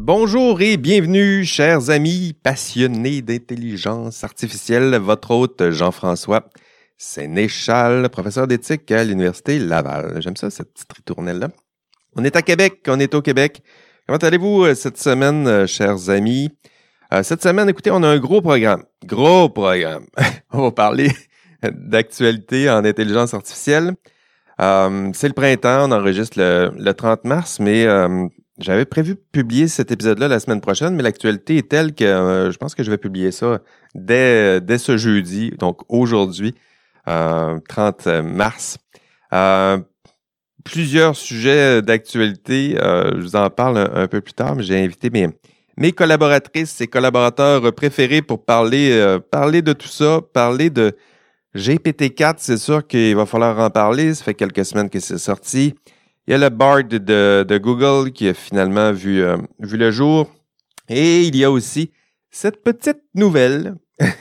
Bonjour et bienvenue, chers amis passionnés d'intelligence artificielle. Votre hôte Jean-François Sénéchal, professeur d'éthique à l'Université Laval. J'aime ça, cette petite ritournelle-là. On est à Québec, on est au Québec. Comment allez-vous cette semaine, chers amis? Cette semaine, écoutez, on a un gros programme. Gros programme. On va parler d'actualité en intelligence artificielle. C'est le printemps, on enregistre le 30 mars, mais j'avais prévu publier cet épisode-là la semaine prochaine, mais l'actualité est telle que je pense que je vais publier ça dès ce jeudi, donc aujourd'hui, 30 mars. Plusieurs sujets d'actualité, je vous en parle un peu plus tard, mais j'ai invité mes collaboratrices et collaborateurs préférés pour parler de tout ça, parler de GPT-4, c'est sûr qu'il va falloir en parler, ça fait quelques semaines que c'est sorti. Il y a le Bard de Google qui a finalement vu le jour. Et il y a aussi cette petite nouvelle.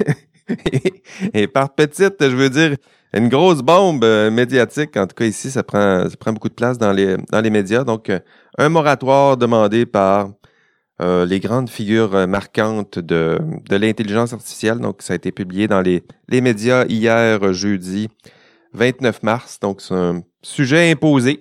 et par petite, je veux dire une grosse bombe médiatique. En tout cas, ici, ça prend beaucoup de place dans les médias. Donc, un moratoire demandé par les grandes figures marquantes de l'intelligence artificielle. Donc, ça a été publié dans les médias hier, jeudi 29 mars. Donc, c'est un sujet imposé.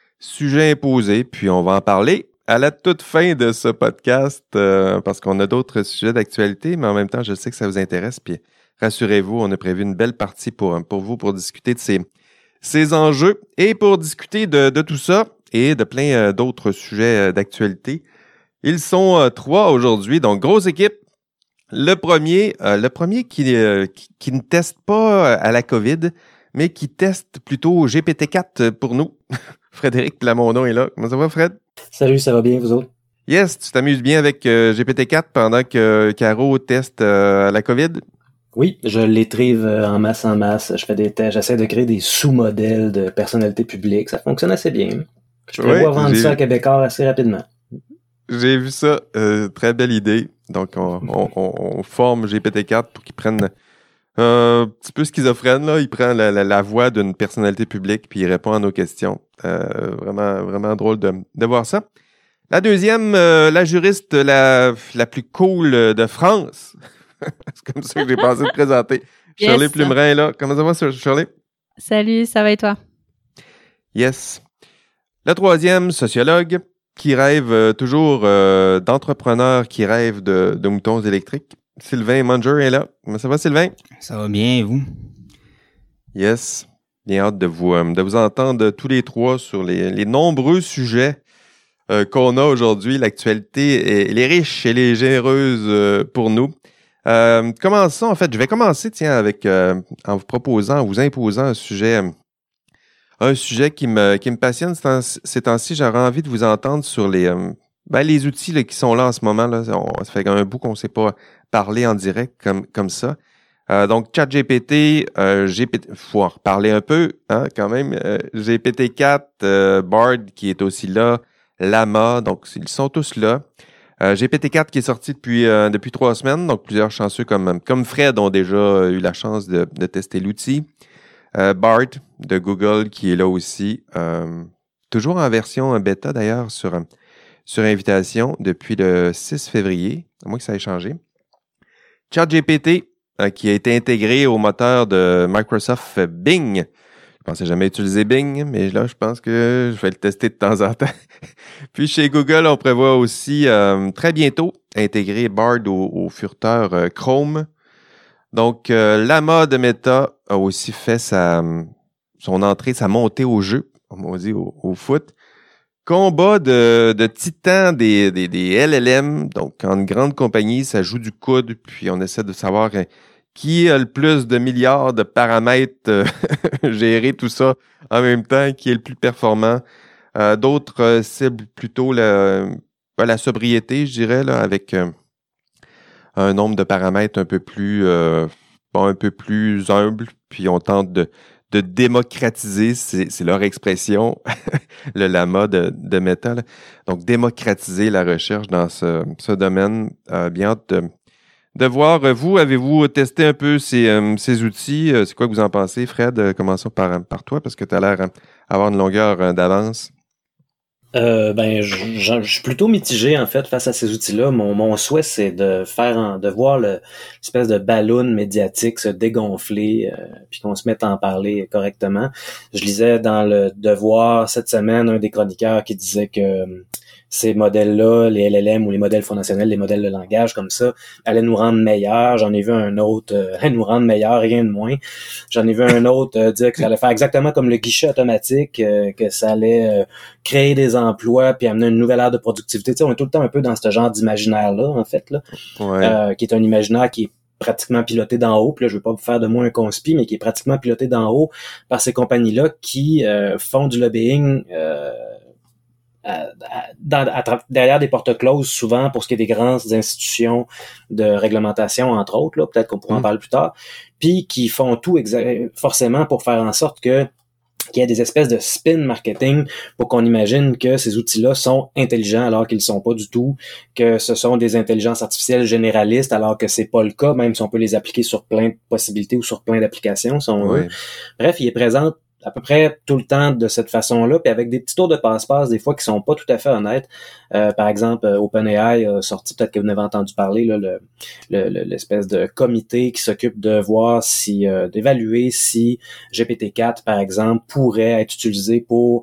Puis on va en parler à la toute fin de ce podcast parce qu'on a d'autres sujets d'actualité, mais en même temps, je sais que ça vous intéresse. Puis rassurez-vous, on a prévu une belle partie pour vous pour discuter de ces enjeux et pour discuter de tout ça et de plein d'autres sujets d'actualité. Ils sont 3 aujourd'hui, donc grosse équipe. Le premier qui ne teste pas à la COVID, mais qui teste plutôt GPT-4 pour nous. Frédéric Plamondon est là. Comment ça va, Fred? Salut, ça va bien, vous autres? Yes, tu t'amuses bien avec GPT-4 pendant que Caro teste à la COVID? Oui, je l'étrive en masse. Je fais des tests, j'essaie de créer des sous-modèles de personnalités publiques. Ça fonctionne assez bien. Je prévois vendre ça à Québécois assez rapidement. J'ai vu ça. Très belle idée. Donc, on forme GPT-4 pour qu'il prenne un petit peu schizophrène, là. Il prend la voix d'une personnalité publique puis il répond à nos questions. Vraiment, vraiment drôle de voir ça. La deuxième, la juriste la plus cool de France. C'est comme ça que j'ai pensé de présenter. Yes. Shirley Plumerin est là. Comment ça va, Shirley? Salut, ça va et toi? Yes. La troisième, sociologue, qui rêve toujours d'entrepreneurs qui rêvent de moutons électriques. Sylvain Munger est là. Comment ça va, Sylvain? Ça va bien, et vous? Yes. Bien hâte de vous entendre tous les trois sur les nombreux sujets qu'on a aujourd'hui. L'actualité, elle est riche, elle est généreuse pour nous. Commençons, en fait, je vais commencer, avec en vous imposant un sujet qui me passionne ces temps-ci. J'aurais envie de vous entendre sur les outils là, qui sont là en ce moment. Là. Ça fait un bout qu'on ne sait pas parler en direct comme ça. Donc, ChatGPT, faut en reparler un peu, quand même. GPT-4, Bard qui est aussi là, Llama, donc ils sont tous là. GPT-4 qui est sorti depuis 3 semaines, donc plusieurs chanceux comme Fred ont déjà eu la chance de tester l'outil. Bard de Google qui est là aussi, toujours en version bêta d'ailleurs sur invitation depuis le 6 février, à moins que ça ait changé. ChatGPT qui a été intégré au moteur de Microsoft Bing. Je pensais jamais utiliser Bing, mais là, je pense que je vais le tester de temps en temps. Puis chez Google, on prévoit aussi très bientôt intégrer Bard au furteur Chrome. Donc, Llama de Meta a aussi fait son entrée, sa montée au jeu, on dit au foot. Combat de titans des LLM, donc en grande compagnie, ça joue du coude, puis on essaie de savoir qui a le plus de milliards de paramètres, gérer tout ça en même temps, qui est le plus performant. D'autres ciblent plutôt la sobriété, je dirais, là, avec un nombre de paramètres un peu plus humble, puis on tente de démocratiser, c'est leur expression, le Llama de Meta. Là. Donc, démocratiser la recherche dans ce domaine. Bien hâte de voir. Vous, avez-vous testé un peu ces outils? C'est quoi que vous en pensez, Fred? Commençons par toi, parce que tu as l'air d'avoir une longueur d'avance. Je suis plutôt mitigé en fait face à ces outils-là. Mon souhait, c'est de voir l'espèce de ballon médiatique se dégonfler, puis qu'on se mette à en parler correctement. Je lisais dans le Devoir cette semaine un des chroniqueurs qui disait que ces modèles-là, les LLM ou les modèles fondationnels, les modèles de langage comme ça, allaient nous rendre meilleurs. J'en ai vu un autre, allaient nous rendre meilleurs, rien de moins. J'en ai vu un autre dire que ça allait faire exactement comme le guichet automatique, que ça allait créer des emplois puis amener une nouvelle ère de productivité. Tu sais, on est tout le temps un peu dans ce genre d'imaginaire-là, en fait, là, qui est un imaginaire qui est pratiquement piloté d'en haut. Puis là, je veux pas vous faire de moi un conspi, mais qui est pratiquement piloté d'en haut par ces compagnies-là qui font du lobbying derrière des portes closes, souvent pour ce qui est des grandes institutions de réglementation, entre autres, là, peut-être qu'on pourra en parler plus tard, puis qui font tout forcément pour faire en sorte qu'il y a des espèces de spin marketing pour qu'on imagine que ces outils-là sont intelligents alors qu'ils ne sont pas du tout, que ce sont des intelligences artificielles généralistes alors que c'est pas le cas, même si on peut les appliquer sur plein de possibilités ou sur plein d'applications, si on veut. Bref, il est présent à peu près tout le temps de cette façon-là, puis avec des petits tours de passe-passe des fois qui sont pas tout à fait honnêtes. Par exemple, OpenAI a sorti, peut-être que vous en avez entendu parler, là, l'espèce de comité qui s'occupe de voir si, d'évaluer si GPT-4, par exemple, pourrait être utilisé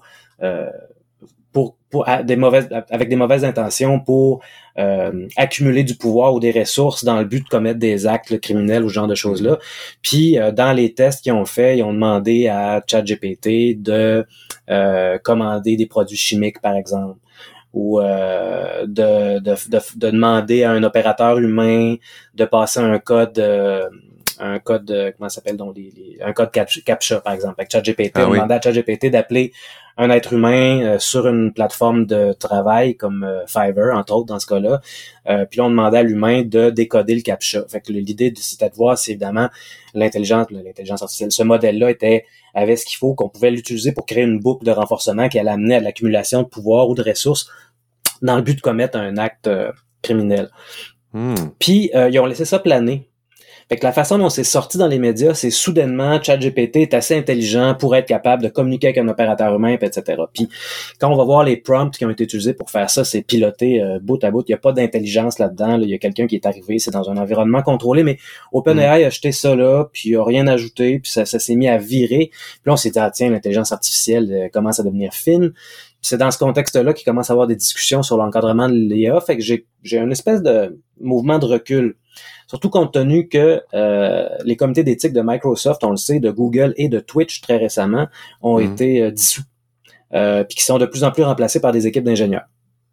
avec des mauvaises intentions pour accumuler du pouvoir ou des ressources dans le but de commettre des actes criminels ou ce genre de choses-là. Puis dans les tests qu'ils ont fait, ils ont demandé à ChatGPT de commander des produits chimiques, par exemple, ou de demander à un opérateur humain de passer un code comment ça s'appelle, donc un code CAPTCHA, par exemple. Avec ChatGPT, on demandait à ChatGPT d'appeler un être humain sur une plateforme de travail comme Fiverr, entre autres, dans ce cas-là. Puis là, on demandait à l'humain de décoder le CAPTCHA. Fait que l'idée, c'était de voir si, évidemment, l'intelligence artificielle, ce modèle-là avait ce qu'il faut, qu'on pouvait l'utiliser pour créer une boucle de renforcement qui allait amener à de l'accumulation de pouvoir ou de ressources dans le but de commettre un acte criminel. Puis, ils ont laissé ça planer. Fait que la façon dont c'est sorti dans les médias, c'est soudainement ChatGPT est assez intelligent pour être capable de communiquer avec un opérateur humain, etc. Puis quand on va voir les prompts qui ont été utilisés pour faire ça, c'est piloté bout à bout. Il n'y a pas d'intelligence là-dedans. Là. Il y a quelqu'un qui est arrivé, c'est dans un environnement contrôlé, mais OpenAI a jeté ça là, puis il a rien ajouté, puis ça s'est mis à virer. Puis là, on s'est dit, tiens, l'intelligence artificielle commence à devenir fine. Puis c'est dans ce contexte-là qu'il commence à avoir des discussions sur l'encadrement de l'IA. Fait que j'ai une espèce de mouvement de recul. Surtout compte tenu que les comités d'éthique de Microsoft, on le sait, de Google et de Twitch très récemment, ont été dissous, puis qui sont de plus en plus remplacés par des équipes d'ingénieurs.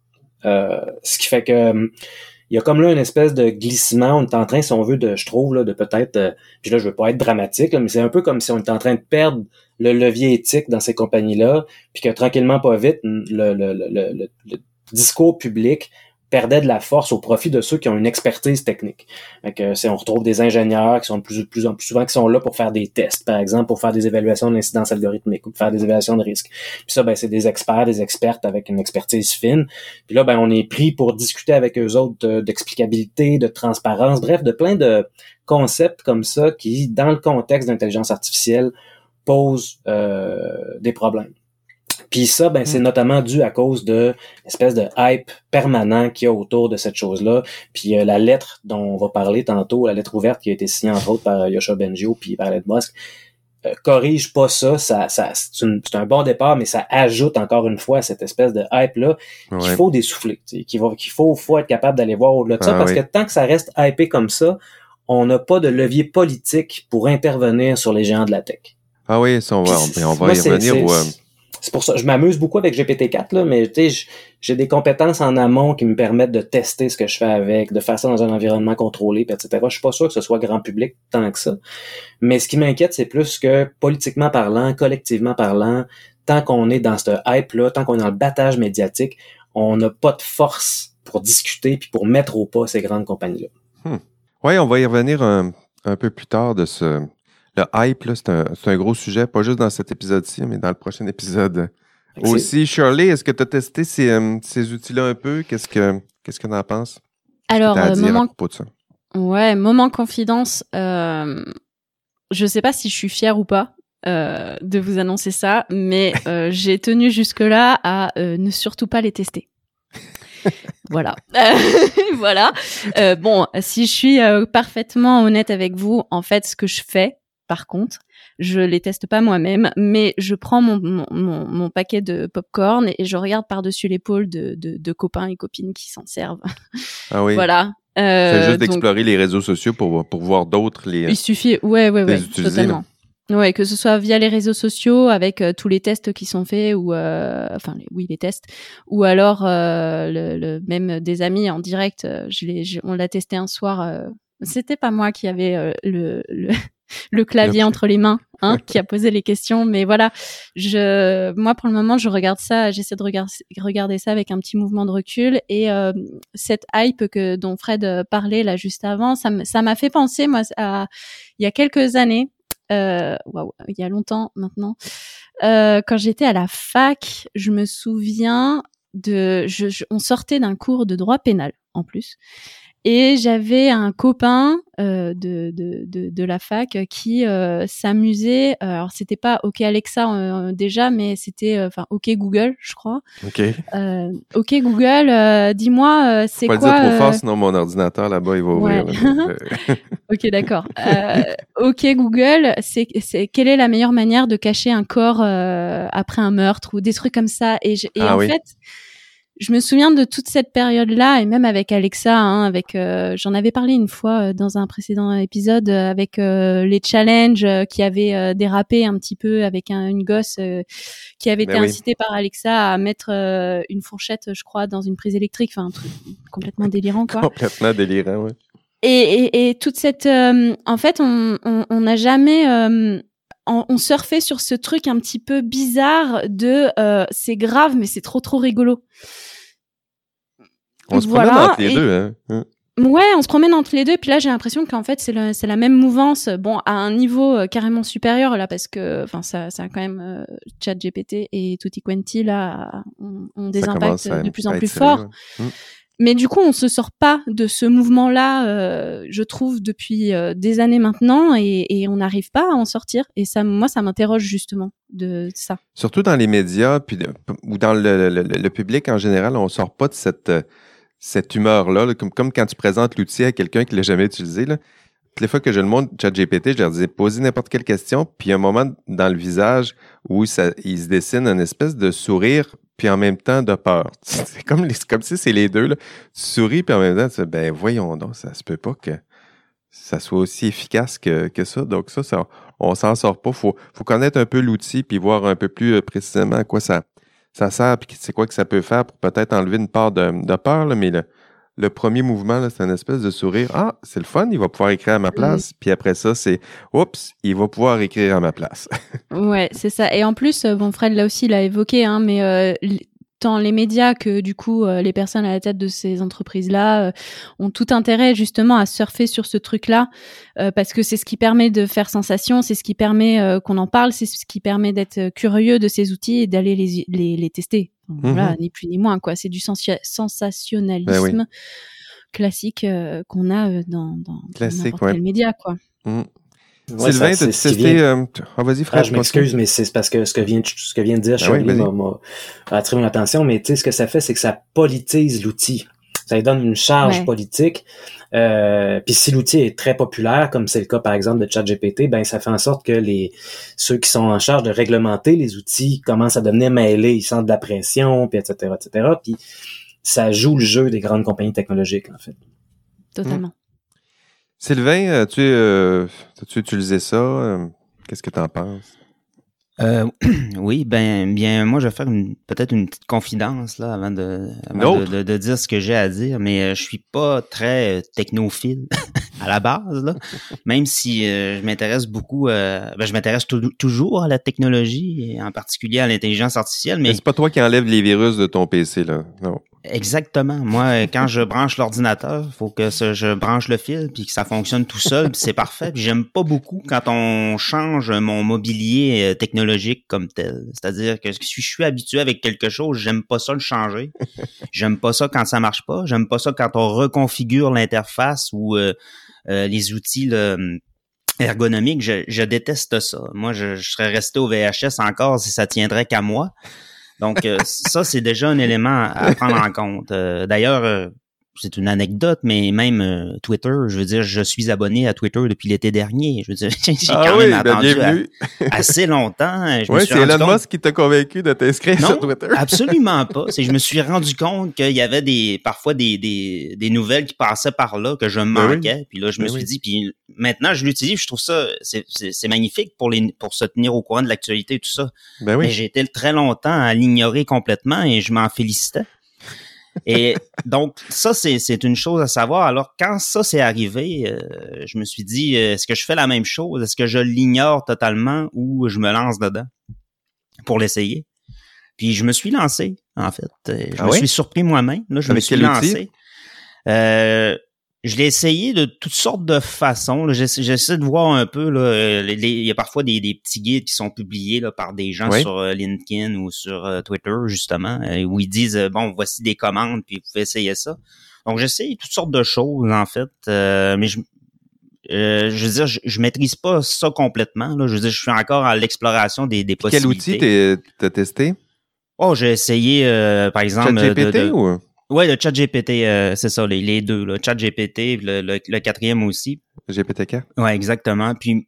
Ce qui fait que il y a comme là une espèce de glissement. On est en train, si on veut, je trouve, là, de peut-être, puis là je veux pas être dramatique, là, mais c'est un peu comme si on était en train de perdre le levier éthique dans ces compagnies-là, puis que tranquillement, pas vite, le discours public perdait de la force au profit de ceux qui ont une expertise technique. Donc, on retrouve des ingénieurs qui sont de plus en plus souvent qui sont là pour faire des tests, par exemple, pour faire des évaluations de l'incidence algorithmique ou pour faire des évaluations de risque. Puis ça, c'est des experts, des expertes avec une expertise fine. Puis là, on est pris pour discuter avec eux autres d'explicabilité, de transparence, bref, de plein de concepts comme ça qui, dans le contexte d'intelligence artificielle, posent des problèmes. Puis ça, c'est notamment dû à cause de l'espèce de hype permanent qu'il y a autour de cette chose-là. Puis la lettre dont on va parler tantôt, la lettre ouverte qui a été signée entre autres par Yoshua Bengio puis par Elon Musk, corrige pas ça. C'est un bon départ, mais ça ajoute encore une fois à cette espèce de hype-là qu'il faut dessouffler, qu'il faut être capable d'aller voir au-delà de ça, parce que tant que ça reste hypé comme ça, on n'a pas de levier politique pour intervenir sur les géants de la tech. Ah oui, ça, on va y revenir. C'est pour ça, je m'amuse beaucoup avec GPT-4, là, mais tu sais, j'ai des compétences en amont qui me permettent de tester ce que je fais avec, de faire ça dans un environnement contrôlé, etc. Je suis pas sûr que ce soit grand public tant que ça. Mais ce qui m'inquiète, c'est plus que politiquement parlant, collectivement parlant, tant qu'on est dans ce hype-là, tant qu'on est dans le battage médiatique, on n'a pas de force pour discuter puis pour mettre au pas ces grandes compagnies-là. Oui, on va y revenir un peu plus tard de ce... Le hype, là, c'est un gros sujet, pas juste dans cet épisode-ci, mais dans le prochain épisode aussi. Shirley, est-ce que tu as testé ces outils-là un peu? Qu'est-ce que tu en penses? Alors, à propos de ça? Ouais, moment confidence. Je sais pas si je suis fière ou pas. de vous annoncer ça, mais j'ai tenu jusque-là à ne surtout pas les tester. Voilà. Voilà. Bon, si je suis parfaitement honnête avec vous, en fait, ce que je fais, par contre, je les teste pas moi-même, mais je prends mon paquet de popcorn et je regarde par-dessus l'épaule de copains et copines qui s'en servent. Ah oui. Voilà. C'est juste donc, d'explorer les réseaux sociaux pour voir d'autres il suffit, ouais, utiliser, totalement. Ouais, que ce soit via les réseaux sociaux avec tous les tests qui sont faits ou les tests, ou alors même des amis en direct. On l'a testé un soir. C'était pas moi qui avait le clavier entre les mains, qui a posé les questions, mais voilà. Moi pour le moment, je regarde ça. J'essaie de regarder ça avec un petit mouvement de recul et cette hype dont Fred parlait là juste avant, ça m'a fait penser moi à il y a quelques années. Il y a longtemps maintenant. Quand j'étais à la fac, je me souviens on sortait d'un cours de droit pénal en plus. Et j'avais un copain de la fac qui s'amusait. Alors c'était pas OK Alexa déjà, mais c'était OK Google, je crois. OK. OK Google, dis-moi c'est quoi. Faut pas le dire trop fort, sinon mon ordinateur là-bas il va ouvrir. Ouais. OK, d'accord. OK Google, c'est quelle est la meilleure manière de cacher un corps après un meurtre ou des trucs comme ça. Et en fait. Je me souviens de toute cette période-là, et même avec Alexa, j'en avais parlé une fois dans un précédent épisode avec les challenges qui avaient dérapé un petit peu avec une gosse qui avait été incitée par Alexa à mettre une fourchette, je crois, dans une prise électrique, enfin un truc complètement délirant, quoi. Complètement délirant, ouais. Et toute cette, en fait, on n'a jamais on surfait sur ce truc un petit peu bizarre de c'est grave mais c'est trop rigolo. On se promène entre les deux, hein. Ouais, on se promène entre les deux, puis là j'ai l'impression qu'en fait c'est la même mouvance, bon à un niveau carrément supérieur là, parce que enfin ça a quand même ChatGPT et TuttiQuenti là ont des impacts de plus en plus forts. Ouais. Mais du coup, on se sort pas de ce mouvement-là, je trouve, depuis des années maintenant, et on n'arrive pas à en sortir. Et ça, moi, ça m'interroge justement de ça. Surtout dans les médias, puis ou dans le public en général, on sort pas de cette humeur-là, là, comme quand tu présentes l'outil à quelqu'un qui l'a jamais utilisé, là. Toutes les fois que je le montre ChatGPT, je leur disais posez n'importe quelle question, puis il y a un moment dans le visage où il se dessine une espèce de sourire, puis en même temps de peur. C'est comme si c'est les deux, là. Tu souris, puis en même temps, tu dis, ben voyons donc, ça se peut pas que ça soit aussi efficace que ça. Donc ça on s'en sort pas. Faut connaître un peu l'outil, puis voir un peu plus précisément à quoi ça sert, puis c'est quoi que ça peut faire pour peut-être enlever une part de peur, là, mais le premier mouvement, là, c'est une espèce de sourire. Ah, c'est le fun, il va pouvoir écrire à ma place. Puis après ça, c'est oups, il va pouvoir écrire à ma place. Ouais, c'est ça. Et en plus, Fred là aussi l'a évoqué, mais tant les médias que du coup les personnes à la tête de ces entreprises-là ont tout intérêt justement à surfer sur ce truc-là parce que c'est ce qui permet de faire sensation, c'est ce qui permet qu'on en parle, c'est ce qui permet d'être curieux de ces outils et d'aller les tester. Voilà, ni plus ni moins, quoi. C'est du sensationnalisme classique qu'on a dans n'importe quel média, quoi. Ouais, Sylvain, t'as testé... vas-y, Fred. Je m'excuse, mais c'est parce que ce que vient de dire Shirley m'a attiré mon attention, mais tu sais, ce que ça fait, c'est que ça politise l'outil. Ça lui donne une charge politique. Puis si l'outil est très populaire, comme c'est le cas par exemple de ChatGPT, ben ça fait en sorte que ceux qui sont en charge de réglementer les outils commencent à devenir mêlés, ils sentent de la pression, puis etc. Puis ça joue le jeu des grandes compagnies technologiques, en fait. Totalement. Sylvain, as-tu utilisé ça? Qu'est-ce que tu en penses? Oui, bien, moi, je vais faire peut-être une petite confidence là avant de dire ce que j'ai à dire, mais je suis pas très technophile à la base là, même si je m'intéresse beaucoup, je m'intéresse toujours à la technologie et en particulier à l'intelligence artificielle. Mais c'est pas toi qui enlèves les virus de ton PC là, non? Exactement. Moi, quand je branche l'ordinateur, faut que je branche le fil puis que ça fonctionne tout seul, puis c'est parfait. Puis j'aime pas beaucoup quand on change mon mobilier technologique comme tel. C'est-à-dire que si je suis habitué avec quelque chose, j'aime pas ça le changer. J'aime pas ça quand ça marche pas. J'aime pas ça quand on reconfigure l'interface ou les outils ergonomique, je déteste ça. Moi, je serais resté au VHS encore si ça tiendrait qu'à moi. Donc, ça, c'est déjà un élément à prendre en compte. D'ailleurs, c'est une anecdote, mais même Twitter, je veux dire, je suis abonné à Twitter depuis l'été dernier. Je veux dire, j'ai quand même attendu assez longtemps. Oui, c'est Elon Musk qui t'a convaincu de t'inscrire sur Twitter. Absolument pas. Je me suis rendu compte qu'il y avait parfois des nouvelles qui passaient par là que je manquais. Oui. Puis là, je me suis dit, puis maintenant, je l'utilise. Je trouve ça, c'est magnifique pour se tenir au courant de l'actualité et tout ça. Ben oui. Mais j'ai été très longtemps à l'ignorer complètement et je m'en félicitais. Et donc, ça, c'est une chose à savoir. Alors, quand ça s'est arrivé, je me suis dit, est-ce que je fais la même chose? Est-ce que je l'ignore totalement ou je me lance dedans pour l'essayer? Puis, je me suis lancé, en fait. Je me suis surpris moi-même. Là, je me suis lancé. Je l'ai essayé de toutes sortes de façons. J'essaie de voir un peu. Là, il y a parfois des petits guides qui sont publiés là, par des gens sur LinkedIn ou sur Twitter, justement, où ils disent bon, voici des commandes, puis vous pouvez essayer ça. Donc, j'essaie toutes sortes de choses, en fait. Mais je veux dire, je maîtrise pas ça complètement. Là. Je veux dire, je suis encore à l'exploration des possibilités. Quel outil t'as testé? Oh, j'ai essayé, par exemple... ChatGPT ou... Oui, le ChatGPT, c'est ça, les deux, le ChatGPT, le quatrième aussi. GPT-4. Oui, exactement. Puis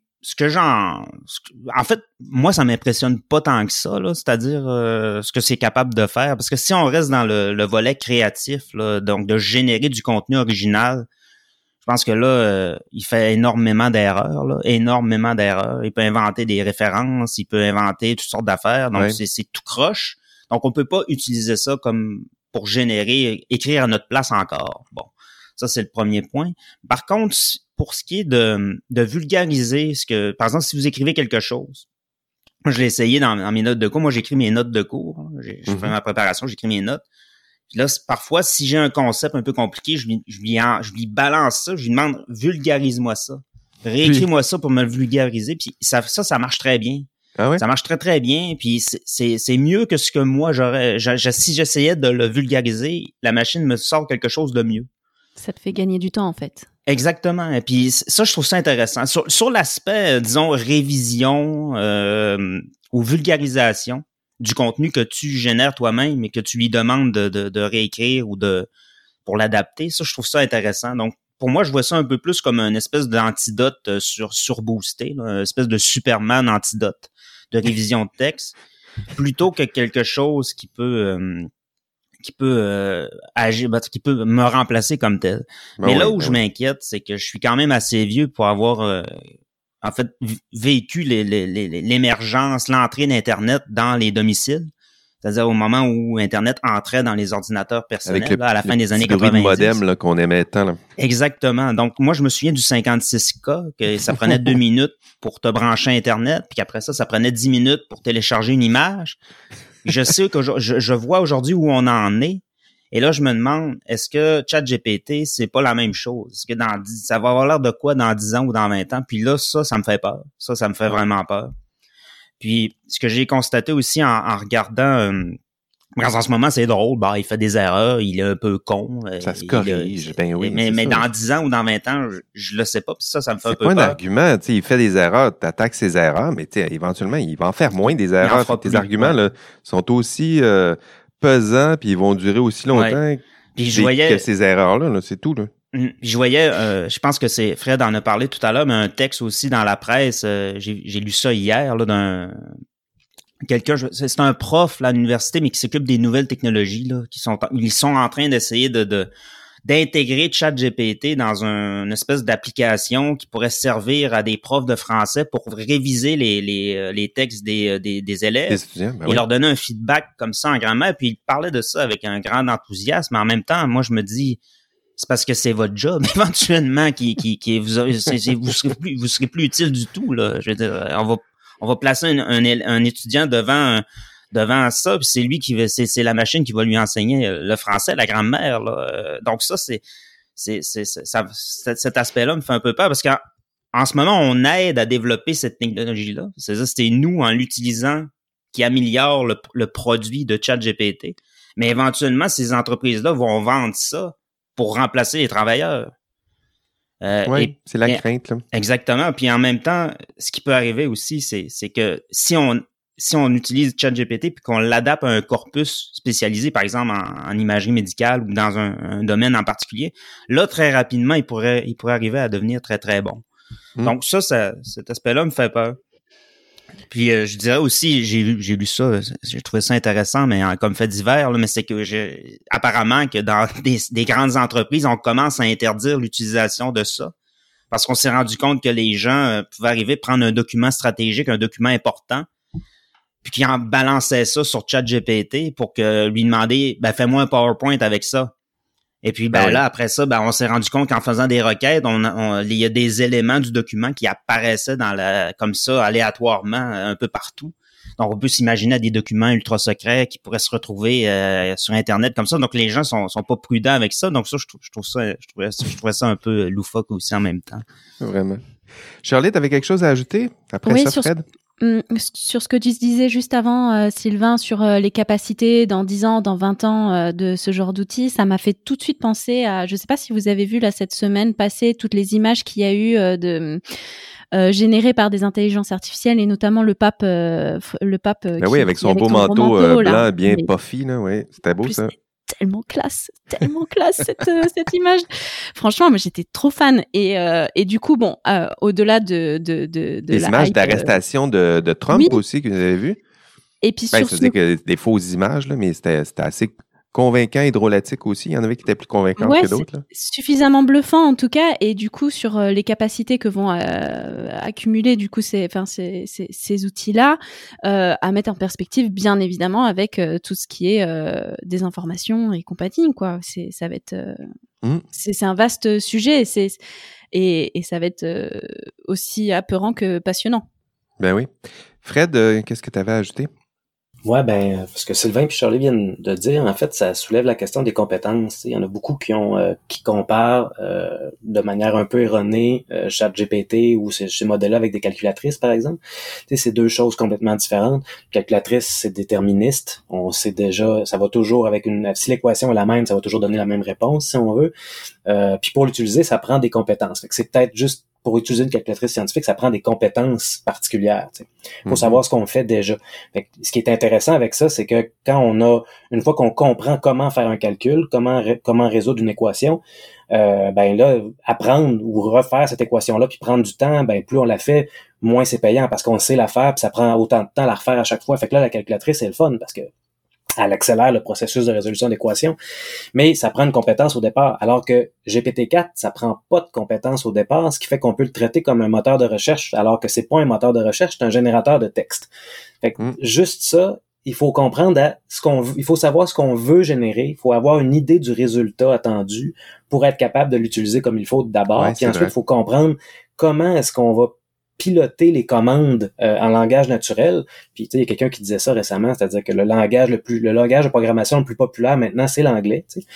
en fait, moi, ça m'impressionne pas tant que ça, là, c'est-à-dire ce que c'est capable de faire. Parce que si on reste dans le volet créatif, là, donc de générer du contenu original, je pense que là, il fait énormément d'erreurs, là, énormément d'erreurs. Il peut inventer des références, il peut inventer toutes sortes d'affaires. Donc, c'est tout croche. Donc, on peut pas utiliser ça comme pour écrire à notre place encore. Bon, ça, c'est le premier point. Par contre, pour ce qui est de vulgariser par exemple, si vous écrivez quelque chose, moi, je l'ai essayé dans mes notes de cours. Moi, j'écris mes notes de cours. Je fais ma préparation, j'écris mes notes. Puis là, parfois, si j'ai un concept un peu compliqué, je lui balance ça, je lui demande, vulgarise-moi ça. Réécris-moi ça pour me le vulgariser. Puis ça marche très bien. Ah ouais? Ça marche très, très bien. Puis c'est mieux que ce que moi si j'essayais de le vulgariser, la machine me sort quelque chose de mieux. Ça te fait gagner du temps, en fait. Exactement. Et puis ça, je trouve ça intéressant. Sur l'aspect, disons, révision ou vulgarisation du contenu que tu génères toi-même et que tu lui demandes de réécrire ou pour l'adapter, ça, je trouve ça intéressant. Donc, pour moi, je vois ça un peu plus comme une espèce d'antidote surboosté, une espèce de Superman antidote de révision de texte, plutôt que quelque chose qui peut agir, qui peut me remplacer comme tel. Mais là où je m'inquiète, c'est que je suis quand même assez vieux pour avoir en fait vécu l'émergence, l'entrée d'Internet dans les domiciles. C'est-à-dire au moment où Internet entrait dans les ordinateurs personnels, à la fin des années 90. Avec le modem là, qu'on aimait tant. Là. Exactement. Donc, moi, je me souviens du 56K, que ça prenait 2 minutes pour te brancher Internet, puis qu'après ça prenait 10 minutes pour télécharger une image. Je sais que je vois aujourd'hui où on en est, et là, je me demande, est-ce que ChatGPT, c'est pas la même chose? Est-ce que ça va avoir l'air de quoi dans 10 ans ou dans 20 ans? Puis là, ça me fait peur. Ça me fait vraiment peur. Puis, ce que j'ai constaté aussi en regardant, en ce moment, c'est drôle, il fait des erreurs, il est un peu con. Ça se corrige, ben oui. Mais dans 10 ans ou dans 20 ans, je le sais pas, puis ça me fait un peu peur. C'est pas un argument, tu sais, il fait des erreurs, t'attaques ses erreurs, mais tu sais, éventuellement, il va en faire moins des erreurs. Tes arguments, là, sont aussi pesants, puis ils vont durer aussi longtemps que ces erreurs-là, là, c'est tout, là. Je voyais, je pense que c'est Fred en a parlé tout à l'heure, mais un texte aussi dans la presse, j'ai lu ça hier, là, d'un c'est un prof là, à l'université, mais qui s'occupe des nouvelles technologies, là, ils sont en train d'essayer d'intégrer ChatGPT dans une espèce d'application qui pourrait servir à des profs de français pour réviser les textes des élèves et leur donner un feedback comme ça en grammaire. Puis il parlait de ça avec un grand enthousiasme, mais en même temps, moi je me dis, c'est parce que c'est votre job éventuellement vous serez plus utile du tout là. Je veux dire, on va placer un étudiant devant ça, puis c'est lui c'est la machine qui va lui enseigner le français, la grammaire là. Donc ça cet aspect-là me fait un peu peur parce qu'en ce moment on aide à développer cette technologie-là. C'est-à-dire c'est nous en l'utilisant qui améliore le produit de ChatGPT. Mais éventuellement ces entreprises-là vont vendre ça pour remplacer les travailleurs. Oui, c'est la crainte. Là. Exactement. Puis en même temps, ce qui peut arriver aussi, c'est que si on utilise ChatGPT puis qu'on l'adapte à un corpus spécialisé, par exemple en imagerie médicale ou dans un domaine en particulier, là, très rapidement, il pourrait arriver à devenir très, très bon. Donc ça, cet aspect-là me fait peur. Puis je dirais aussi, j'ai lu ça, j'ai trouvé ça intéressant, mais comme fait divers, là, mais c'est que apparemment que dans des grandes entreprises, on commence à interdire l'utilisation de ça. Parce qu'on s'est rendu compte que les gens pouvaient arriver à prendre un document stratégique, un document important, puis qu'ils en balançaient ça sur ChatGPT pour que lui demander fais-moi un PowerPoint avec ça. Et puis là, après ça, on s'est rendu compte qu'en faisant des requêtes, il y a des éléments du document qui apparaissaient comme ça, aléatoirement, un peu partout. Donc, on peut s'imaginer des documents ultra secrets qui pourraient se retrouver sur Internet comme ça. Donc, les gens sont pas prudents avec ça. Donc, ça, je trouvais ça un peu loufoque aussi en même temps. Vraiment. Charlie, t'avais quelque chose à ajouter après ça, Fred? Sur ce que tu disais juste avant, Sylvain, sur les capacités dans 10 ans, dans 20 ans de ce genre d'outils, ça m'a fait tout de suite penser à, je sais pas si vous avez vu là cette semaine passer toutes les images qu'il y a eu générées par des intelligences artificielles et notamment le pape. Oui, avec son beau manteau blanc bien puffy, là, oui, c'était beau ça. Tellement classe cette image. Franchement, moi j'étais trop fan et du coup au-delà de les images d'arrestation de Trump aussi que vous avez vues. Et puis c'est-à-dire que des fausses images là, mais c'était assez convaincant et drôlatique aussi. Il y en avait qui étaient plus convaincants que d'autres. Là. Suffisamment bluffant en tout cas. Et du coup, sur les capacités que vont accumuler du coup ces outils-là, à mettre en perspective, bien évidemment, avec tout ce qui est désinformation et compagnie, quoi. Ça va être, c'est un vaste sujet. Et ça va être aussi apeurant que passionnant. Ben oui. Fred, qu'est-ce que tu avais ajouté? Ouais, ce que Sylvain et Charlie viennent de dire, en fait, ça soulève la question des compétences. Il y en a beaucoup qui comparent de manière un peu erronée ChatGPT ou ces modèles-là avec des calculatrices, par exemple. C'est deux choses complètement différentes. Calculatrice, c'est déterministe. On sait déjà, ça va toujours si l'équation est la même, ça va toujours donner la même réponse, si on veut. Puis pour l'utiliser, ça prend des compétences. Fait que c'est peut-être juste pour utiliser une calculatrice scientifique, ça prend des compétences particulières. Il faut savoir ce qu'on fait déjà. Fait que ce qui est intéressant avec ça, c'est que une fois qu'on comprend comment faire un calcul, comment résoudre une équation, là, apprendre ou refaire cette équation-là, puis prendre du temps, plus on la fait, moins c'est payant parce qu'on sait la faire, puis ça prend autant de temps à la refaire à chaque fois. Fait que là, la calculatrice, c'est le fun parce que elle accélère le processus de résolution d'équations, mais ça prend une compétence au départ, alors que GPT-4, ça prend pas de compétence au départ, ce qui fait qu'on peut le traiter comme un moteur de recherche, alors que c'est pas un moteur de recherche, c'est un générateur de texte. Fait que juste ça, il faut comprendre il faut savoir ce qu'on veut générer, il faut avoir une idée du résultat attendu pour être capable de l'utiliser comme il faut d'abord, puis ensuite il faut comprendre comment est-ce qu'on va piloter les commandes en langage naturel. Puis tu sais, il y a quelqu'un qui disait ça récemment, c'est-à-dire que le langage de programmation le plus populaire maintenant, c'est l'anglais, tu sais,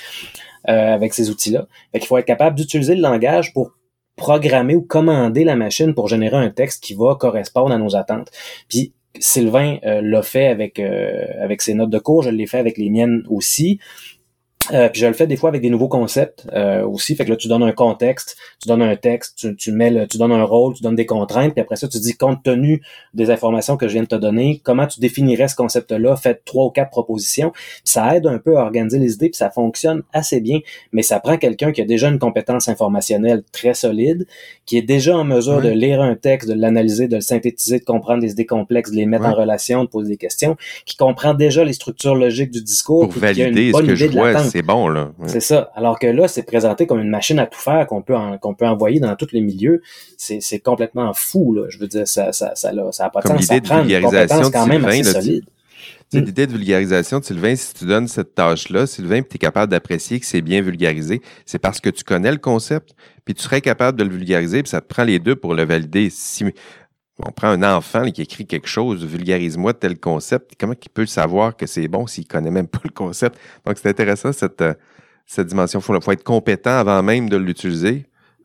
avec ces outils-là. Fait qu'il faut être capable d'utiliser le langage pour programmer ou commander la machine pour générer un texte qui va correspondre à nos attentes. Puis Sylvain l'a fait avec ses notes de cours, je l'ai fait avec les miennes aussi. Puis je le fais des fois avec des nouveaux concepts aussi. Fait que là, tu donnes un contexte, tu donnes un texte, tu donnes un rôle, tu donnes des contraintes, puis après ça, tu dis, compte tenu des informations que je viens de te donner, comment tu définirais ce concept-là, faites 3 ou 4 propositions. Puis ça aide un peu à organiser les idées, puis ça fonctionne assez bien, mais ça prend quelqu'un qui a déjà une compétence informationnelle très solide, qui est déjà en mesure de lire un texte, de l'analyser, de le synthétiser, de comprendre des idées complexes, de les mettre en relation, de poser des questions, qui comprend déjà les structures logiques du discours, pour valider ce que je vois, c'est bon, là. Ouais. C'est ça. Alors que là, c'est présenté comme une machine à tout faire qu'on peut envoyer dans tous les milieux. C'est complètement fou, là. Je veux dire, ça a pas de sens. Ça prend une compétence quand même assez solide. L'idée de vulgarisation de Sylvain, si tu donnes cette tâche-là, Sylvain, puis tu es capable d'apprécier que c'est bien vulgarisé, c'est parce que tu connais le concept, puis tu serais capable de le vulgariser, puis ça te prend les deux pour le valider. Si on prend un enfant là, qui écrit quelque chose, vulgarise-moi tel concept, comment il peut savoir que c'est bon s'il connaît même pas le concept? Donc, c'est intéressant, cette dimension. Il faut être compétent avant même de l'utiliser.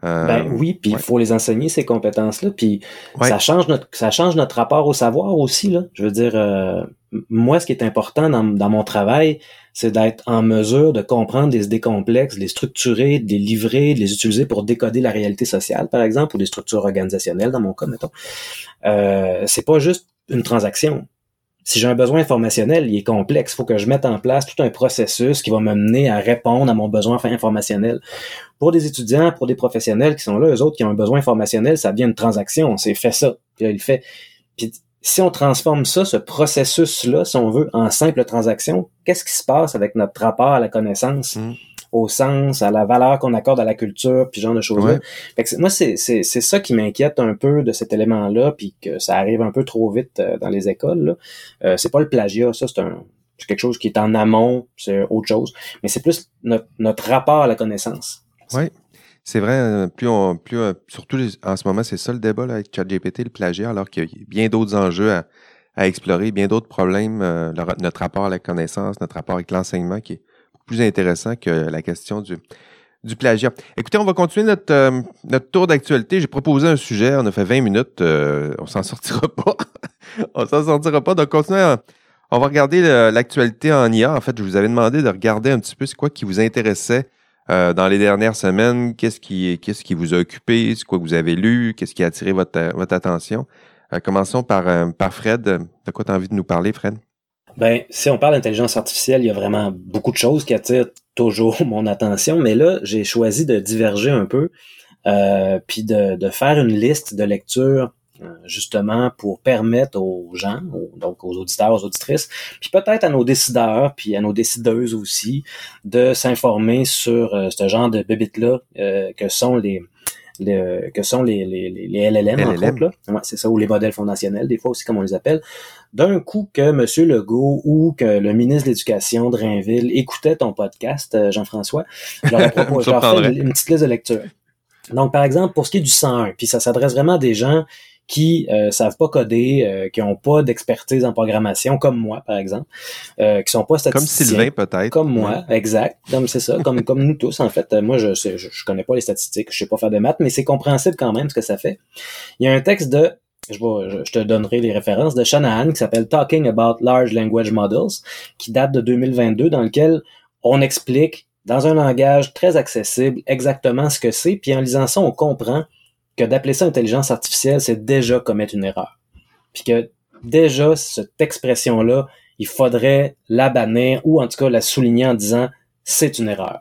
Oui, puis il faut les enseigner, ces compétences-là, puis ça change notre rapport au savoir aussi, là. Je veux dire, moi, ce qui est important dans mon travail, c'est d'être en mesure de comprendre des idées complexes, de les structurer, de les livrer, de les utiliser pour décoder la réalité sociale, par exemple, ou des structures organisationnelles, dans mon cas, mettons. C'est pas juste une transaction. Si j'ai un besoin informationnel, il est complexe. Il faut que je mette en place tout un processus qui va me mener à répondre à mon besoin informationnel. Pour des étudiants, pour des professionnels qui sont là, eux autres qui ont un besoin informationnel, ça devient une transaction. C'est fait ça. Puis là, il fait. Puis si on transforme ça, ce processus-là, si on veut, en simple transaction, qu'est-ce qui se passe avec notre rapport à la connaissance, au sens, à la valeur qu'on accorde à la culture, puis ce genre de choses-là? Fait que moi, c'est ça qui m'inquiète un peu de cet élément-là, puis que ça arrive un peu trop vite dans les écoles, là. C'est pas le plagiat, ça, c'est quelque chose qui est en amont, c'est autre chose. Mais c'est plus notre rapport à la connaissance. Oui. C'est vrai, surtout en ce moment, c'est ça le débat là, avec ChatGPT, le plagiat, alors qu'il y a bien d'autres enjeux à explorer, bien d'autres problèmes, notre rapport à la connaissance, notre rapport avec l'enseignement qui est beaucoup plus intéressant que la question du plagiat. Écoutez, on va continuer notre tour d'actualité. J'ai proposé un sujet, on a fait 20 minutes, on s'en sortira pas. On s'en sortira pas, donc continuez. On va regarder l'actualité en IA. En fait, je vous avais demandé de regarder un petit peu c'est quoi qui vous intéressait dans les dernières semaines, qu'est-ce qui vous a occupé, c'est quoi que vous avez lu, qu'est-ce qui a attiré votre attention. Commençons par Fred. De quoi tu as envie de nous parler, Fred? Si on parle d'intelligence artificielle, il y a vraiment beaucoup de choses qui attirent toujours mon attention, mais là, j'ai choisi de diverger un peu, puis de faire une liste de lectures justement pour permettre aux gens, donc aux auditeurs, aux auditrices, puis peut-être à nos décideurs, puis à nos décideuses aussi, de s'informer sur ce genre de bébites-là que sont les LLM, entre autres, là. Ouais, c'est ça, ou les modèles fondationnels, des fois aussi, comme on les appelle. D'un coup que M. Legault ou que le ministre de l'Éducation de Drainville écoutait ton podcast, Jean-François, je leur fais une petite liste de lecture. Donc, par exemple, pour ce qui est du 101, puis ça s'adresse vraiment à des gens qui savent pas coder, qui ont pas d'expertise en programmation, comme moi, par exemple, qui sont pas statisticiens. Comme Sylvain, peut-être. Comme moi, exact. Comme c'est ça, comme nous tous, en fait. Moi, je connais pas les statistiques, je sais pas faire de maths, mais c'est compréhensible quand même ce que ça fait. Il y a un texte de, je te donnerai les références, de Shanahan qui s'appelle Talking About Large Language Models, qui date de 2022, dans lequel on explique, dans un langage très accessible, exactement ce que c'est, puis en lisant ça, on comprend que d'appeler ça intelligence artificielle, c'est déjà commettre une erreur. Puis que déjà, cette expression-là, il faudrait la bannir ou en tout cas la souligner en disant c'est une erreur.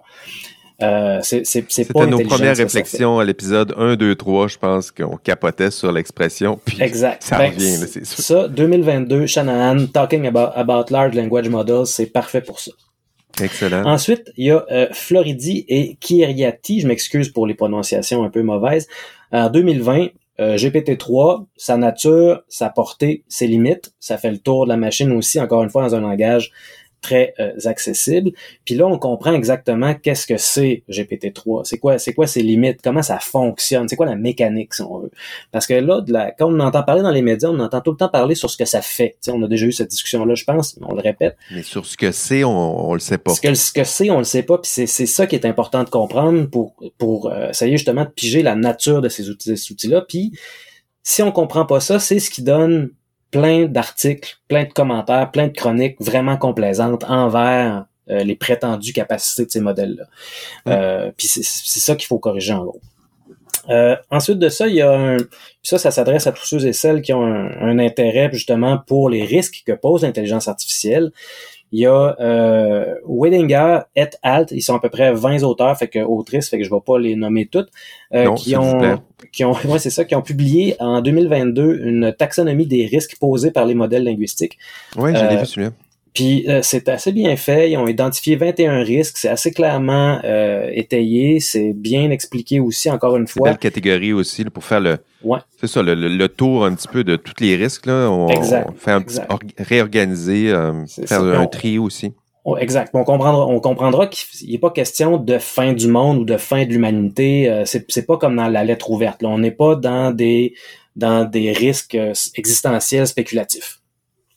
C'était pas nos premières réflexions à l'épisode 1, 2, 3, je pense qu'on capotait sur l'expression. Puis exact. Ça revient, là, c'est sûr. Ça, 2022, Shanahan, Talking about Large Language Models, c'est parfait pour ça. Excellent. Ensuite, il y a Floridi et Kyriati, je m'excuse pour les prononciations un peu mauvaises. En 2020, GPT-3, sa nature, sa portée, ses limites, ça fait le tour de la machine aussi, encore une fois, dans un langage très accessible. Puis là, on comprend exactement qu'est-ce que c'est GPT-3. C'est quoi ses limites? Comment ça fonctionne? C'est quoi la mécanique, si on veut? Parce que là, quand on entend parler dans les médias, on entend tout le temps parler sur ce que ça fait. T'sais, on a déjà eu cette discussion-là, je pense, on le répète. Mais sur ce que c'est, on le sait pas. Ce que c'est, on le sait pas. Puis c'est ça qui est important de comprendre pour essayer justement de piger la nature de ces outils-là. Puis si on comprend pas ça, c'est ce qui donne plein d'articles, plein de commentaires, plein de chroniques vraiment complaisantes envers les prétendues capacités de ces modèles-là. Puis c'est ça qu'il faut corriger en gros. Ensuite de ça, il y a ça s'adresse à tous ceux et celles qui ont un intérêt justement pour les risques que pose l'intelligence artificielle. Il y a Weidinger et al. Ils sont à peu près 20 auteurs, autrices, je vais pas les nommer toutes, qui ont publié en 2022 une taxonomie des risques posés par les modèles linguistiques. Oui, je l'ai vu celui-là. Puis c'est assez bien fait, ils ont identifié 21 risques, c'est assez clairement étayé, c'est bien expliqué aussi, encore une fois. Belle catégorie aussi là, pour faire c'est ça, le tour un petit peu de tous les risques. Là. On fait réorganiser, faire un tri aussi. Exact. On comprendra qu'il n'est pas question de fin du monde ou de fin de l'humanité. C'est pas comme dans la lettre ouverte. Là. On n'est pas dans des risques existentiels spéculatifs.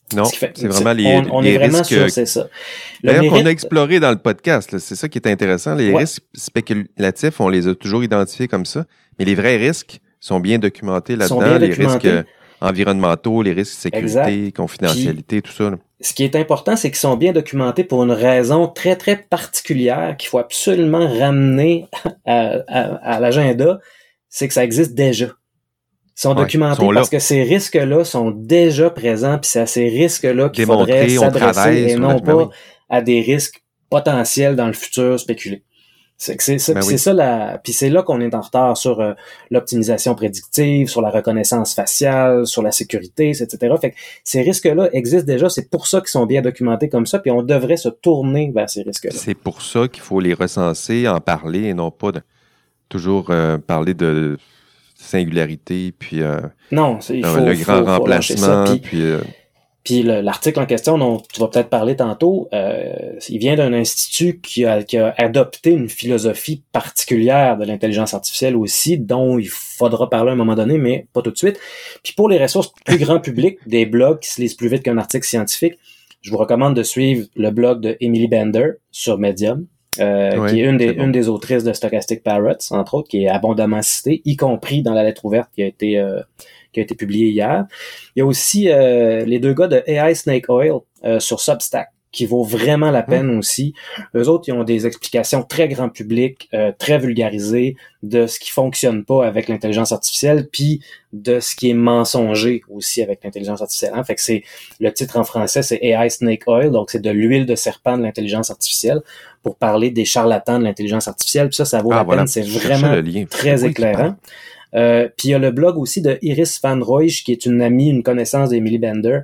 Non, c'est vraiment on les est vraiment risques. sûr, c'est ça. D'ailleurs, qu'on a exploré dans le podcast, là, c'est ça qui est intéressant. Les Ouais. risques spéculatifs, on les a toujours identifiés comme ça, mais les vrais risques sont bien documentés là-dedans. Les risques environnementaux, les risques de sécurité, exact. confidentialité, tout ça. Là. Ce qui est important, c'est qu'ils sont bien documentés pour une raison très, très particulière qu'il faut absolument ramener à l'agenda, c'est que ça existe déjà. Ils sont documentés parce que ces risques-là sont déjà présents, puis c'est à ces risques-là qu'il faudrait s'adresser et non pas à des risques potentiels dans le futur spéculés. C'est ça puis c'est là qu'on est en retard sur l'optimisation prédictive, sur la reconnaissance faciale, sur la sécurité, etc. Fait que ces risques-là existent déjà, c'est pour ça qu'ils sont bien documentés comme ça, puis on devrait se tourner vers ces risques-là. C'est pour ça qu'il faut les recenser, en parler et non pas toujours parler de singularité, puis non, le grand remplacement, puis l'article en question dont tu vas peut-être parler tantôt, il vient d'un institut qui a adopté une philosophie particulière de l'intelligence artificielle aussi, dont il faudra parler à un moment donné, mais pas tout de suite. Puis pour les ressources plus grand public, des blogs qui se lisent plus vite qu'un article scientifique, je vous recommande de suivre le blog de Emily Bender sur Medium. Qui est une des autrices de Stochastic Parrots, entre autres, qui est abondamment citée, y compris dans la lettre ouverte qui a été publiée hier. Il y a aussi les deux gars de AI Snake Oil sur Substack, qui vaut vraiment la peine aussi. Eux autres, ils ont des explications très grand public, très vulgarisées de ce qui fonctionne pas avec l'intelligence artificielle, puis de ce qui est mensonger aussi avec l'intelligence artificielle. Hein? Fait que c'est le titre en français, c'est AI Snake Oil, donc c'est de l'huile de serpent de l'intelligence artificielle pour parler des charlatans de l'intelligence artificielle. Puis ça vaut la peine, c'est vraiment très éclairant. Puis il y a le blog aussi de Iris Van Rooij, qui est une amie, une connaissance d'Emily Bender,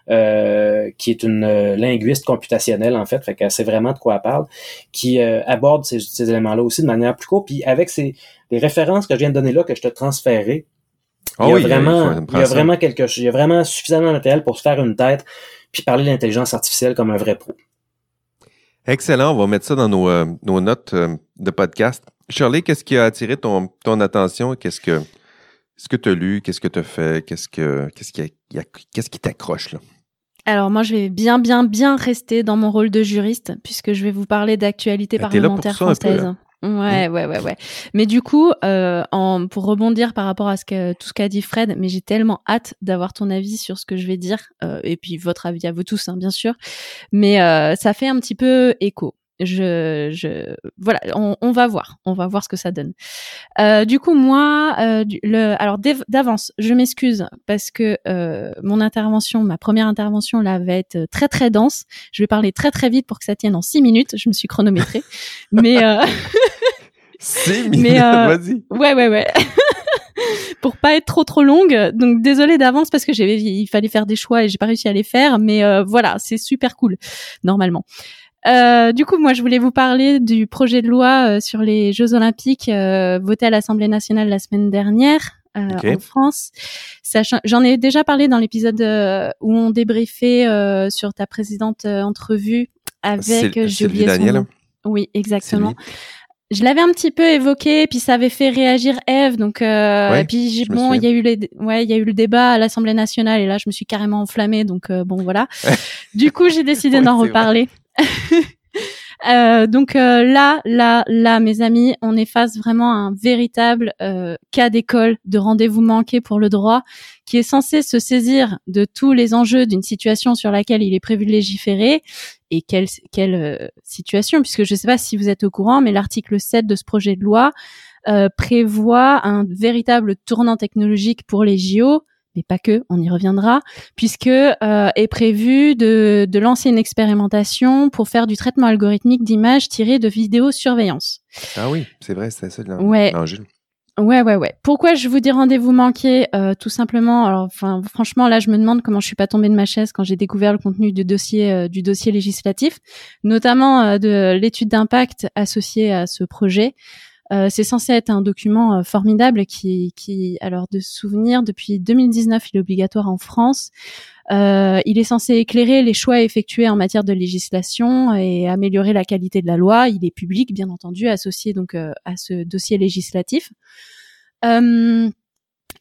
qui est une linguiste computationnelle en fait qu'elle sait vraiment de quoi elle parle, qui aborde ces éléments-là aussi de manière plus courte, puis avec les références que je viens de donner là, que je te transférerai, il y a vraiment suffisamment de matériel pour se faire une tête, puis parler de l'intelligence artificielle comme un vrai pro. Excellent, on va mettre ça dans nos notes de podcast. Shirley, qu'est-ce qui a attiré ton attention? Qu'est-ce que tu as lu? Qu'est-ce que tu as fait? Qu'est-ce qui t'accroche là? Alors moi, je vais bien rester dans mon rôle de juriste puisque je vais vous parler d'actualité parlementaire française. Ouais. Mais du coup, pour rebondir par rapport à tout ce qu'a dit Fred, mais j'ai tellement hâte d'avoir ton avis sur ce que je vais dire, et puis votre avis à vous tous, hein, bien sûr. Mais ça fait un petit peu écho. Voilà, on va voir ce que ça donne. Du coup, moi, alors d'avance, je m'excuse parce que ma première intervention là va être très très dense. Je vais parler très très vite pour que ça tienne en 6 minutes. Je me suis chronométrée, mais 6 minutes, vas-y. Ouais. Pour pas être trop longue. Donc désolée d'avance parce que il fallait faire des choix et j'ai pas réussi à les faire, mais voilà, c'est super cool normalement. Du coup, moi, je voulais vous parler du projet de loi sur les Jeux Olympiques voté à l'Assemblée nationale la semaine dernière en France. J'en ai déjà parlé dans l'épisode où on débriefait sur ta précédente entrevue avec j'ai oublié son nom. Oui, exactement. Je l'avais un petit peu évoqué, puis ça avait fait réagir Eve, donc et puis il y a eu le débat à l'Assemblée nationale et là je me suis carrément enflammée, donc bon voilà. Du coup, j'ai décidé d'en reparler. Donc là, mes amis, on est face vraiment à un véritable cas d'école de rendez-vous manqué pour le droit, qui est censé se saisir de tous les enjeux d'une situation sur laquelle il est prévu de légiférer. Et quelle situation, puisque je ne sais pas si vous êtes au courant, mais l'article 7 de ce projet de loi prévoit un véritable tournant technologique pour les JO, mais pas que, on y reviendra, puisque est prévu de lancer une expérimentation pour faire du traitement algorithmique d'images tirées de vidéosurveillance. Ah oui, c'est vrai, c'est ça l'enjeu. Ouais. Pourquoi je vous dis rendez-vous manqué? Tout simplement, alors franchement là je me demande comment je suis pas tombée de ma chaise quand j'ai découvert le contenu du dossier législatif, notamment de l'étude d'impact associée à ce projet. C'est censé être un document formidable qui, alors de souvenir, depuis 2019, il est obligatoire en France. Il est censé éclairer les choix effectués en matière de législation et améliorer la qualité de la loi. Il est public, bien entendu, associé donc à ce dossier législatif.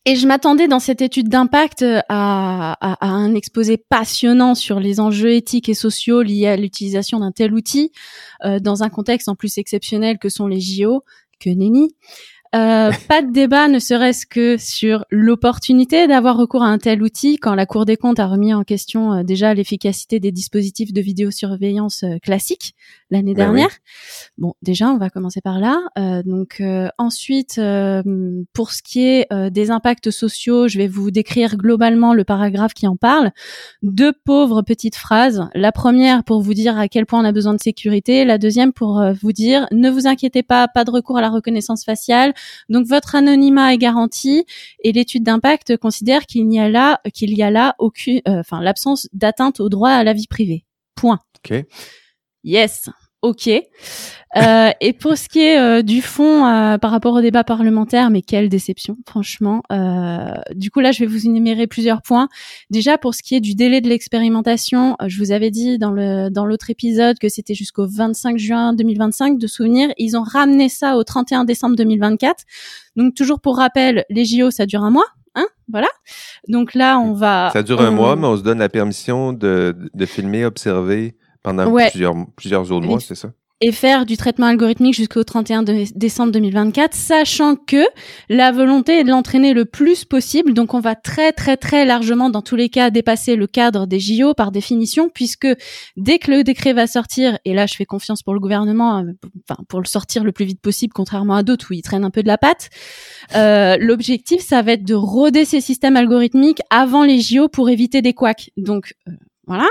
Et je m'attendais dans cette étude d'impact à un exposé passionnant sur les enjeux éthiques et sociaux liés à l'utilisation d'un tel outil dans un contexte en plus exceptionnel que sont les JO. Que nenni. Pas de débat, ne serait-ce que sur l'opportunité d'avoir recours à un tel outil quand la Cour des comptes a remis en question déjà l'efficacité des dispositifs de vidéosurveillance classiques l'année dernière. Oui. Bon, déjà, on va commencer par là. Ensuite, pour ce qui est des impacts sociaux, je vais vous décrire globalement le paragraphe qui en parle. 2 pauvres petites phrases. La première pour vous dire à quel point on a besoin de sécurité. La deuxième pour vous dire, ne vous inquiétez pas de recours à la reconnaissance faciale. Donc votre anonymat est garanti et l'étude d'impact considère qu'il y a là aucune, l'absence d'atteinte au droit à la vie privée. Point. Ok. Yes. Ok. Et pour ce qui est du fond par rapport au débat parlementaire, mais quelle déception, franchement. Du coup, là, je vais vous énumérer plusieurs points. Déjà, pour ce qui est du délai de l'expérimentation, je vous avais dit dans l'autre épisode que c'était jusqu'au 25 juin 2025 de souvenir. Ils ont ramené ça au 31 décembre 2024. Donc, toujours pour rappel, les JO, ça dure un mois. Hein, voilà. Donc là, on va... Ça dure un mois, mais on se donne la permission de filmer, observer pendant plusieurs autres mois, c'est ça? Et faire du traitement algorithmique jusqu'au 31 décembre 2024, sachant que la volonté est de l'entraîner le plus possible. Donc, on va très, très, très largement, dans tous les cas, dépasser le cadre des JO par définition, puisque dès que le décret va sortir, et là, je fais confiance pour le gouvernement, pour le sortir le plus vite possible, contrairement à d'autres où ils traînent un peu de la patte, l'objectif, ça va être de roder ces systèmes algorithmiques avant les JO pour éviter des couacs. Donc, voilà.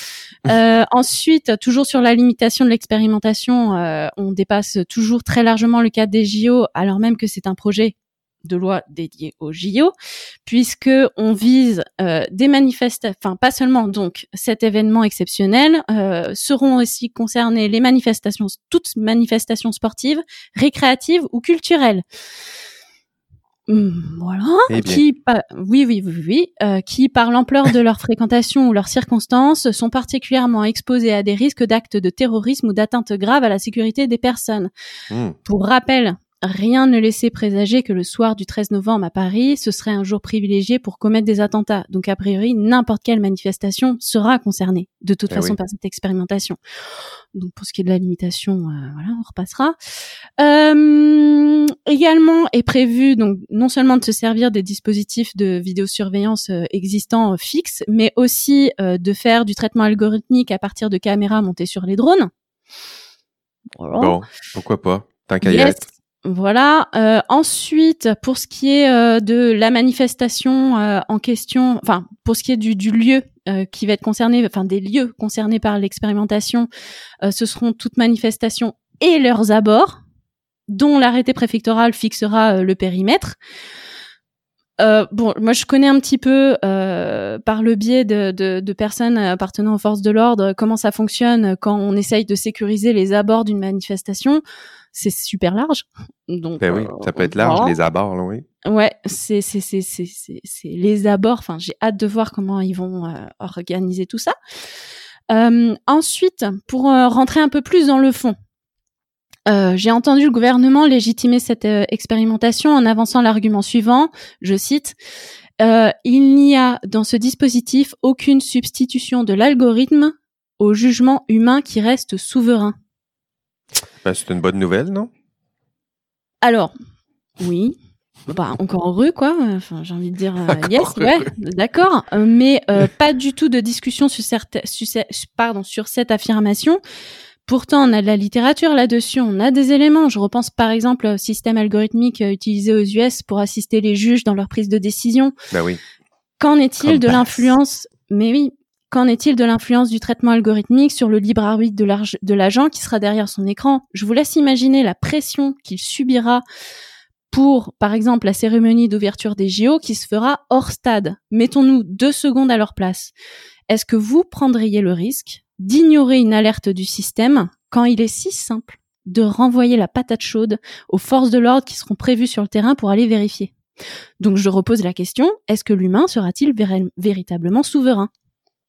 Ensuite, toujours sur la limitation de l'expérimentation, on dépasse toujours très largement le cadre des JO, alors même que c'est un projet de loi dédié aux JO, puisque on vise des manifestations, pas seulement donc cet événement exceptionnel, seront aussi concernées les manifestations, toutes manifestations sportives, récréatives ou culturelles. Voilà, qui par l'ampleur de leur fréquentation ou leurs circonstances sont particulièrement exposés à des risques d'actes de terrorisme ou d'atteinte grave à la sécurité des personnes. Pour rappel, rien ne laissait présager que le soir du 13 novembre à Paris, ce serait un jour privilégié pour commettre des attentats. Donc a priori, n'importe quelle manifestation sera concernée de toute façon par cette expérimentation. Donc pour ce qui est de la limitation, on repassera. Également est prévu donc non seulement de se servir des dispositifs de vidéosurveillance existants fixes, mais aussi de faire du traitement algorithmique à partir de caméras montées sur les drones. Voilà. Bon, pourquoi pas, tant qu'à y être. Voilà. Ensuite, pour ce qui est de la manifestation en question, pour ce qui est du lieu qui va être concerné, des lieux concernés par l'expérimentation, ce seront toutes manifestations et leurs abords, dont l'arrêté préfectoral fixera le périmètre. Moi je connais un petit peu par le biais de personnes appartenant aux forces de l'ordre comment ça fonctionne quand on essaye de sécuriser les abords d'une manifestation. C'est super large. Donc oui, ça peut être large, les abords, là, oui. Ouais, c'est les abords. J'ai hâte de voir comment ils vont organiser tout ça. Ensuite, pour rentrer un peu plus dans le fond, j'ai entendu le gouvernement légitimer cette expérimentation en avançant l'argument suivant, je cite, il n'y a dans ce dispositif aucune substitution de l'algorithme au jugement humain qui reste souverain. C'est une bonne nouvelle, non? Alors, oui. Encore heureux, quoi. J'ai envie de dire yes, ouais, d'accord. Mais pas du tout de discussion sur cette affirmation. Pourtant, on a de la littérature là-dessus, on a des éléments. Je repense par exemple au système algorithmique utilisé aux US pour assister les juges dans leur prise de décision. Oui. Qu'en est-il de l'influence? Mais oui. Qu'en est-il de l'influence du traitement algorithmique sur le libre arbitre de l'agent qui sera derrière son écran? Je vous laisse imaginer la pression qu'il subira pour, par exemple, la cérémonie d'ouverture des JO qui se fera hors stade. Mettons-nous 2 secondes à leur place. Est-ce que vous prendriez le risque d'ignorer une alerte du système quand il est si simple de renvoyer la patate chaude aux forces de l'ordre qui seront prévues sur le terrain pour aller vérifier? Donc je repose la question, est-ce que l'humain sera-t-il véritablement souverain?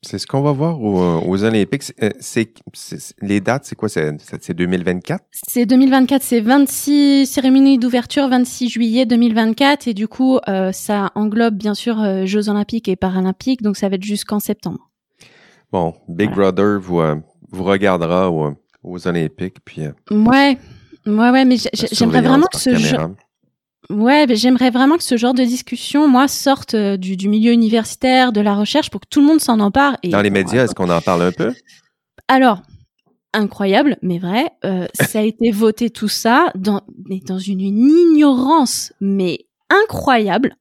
C'est ce qu'on va voir aux Olympiques. Les dates, c'est quoi? C'est 2024? C'est 2024, c'est 26 cérémonies d'ouverture, 26 juillet 2024. Et du coup, ça englobe bien sûr Jeux olympiques et paralympiques. Donc, ça va être jusqu'en septembre. Bon, Big Brother vous regardera aux Olympiques. Puis, ouais, mais j'aimerais vraiment que ce jeu... Ouais, mais j'aimerais vraiment que ce genre de discussion, moi, sorte du milieu universitaire, de la recherche, pour que tout le monde s'en empare. Et dans les médias, est-ce qu'on en parle un peu? Alors, incroyable, mais vrai, ça a été voté tout ça dans une ignorance, mais incroyable.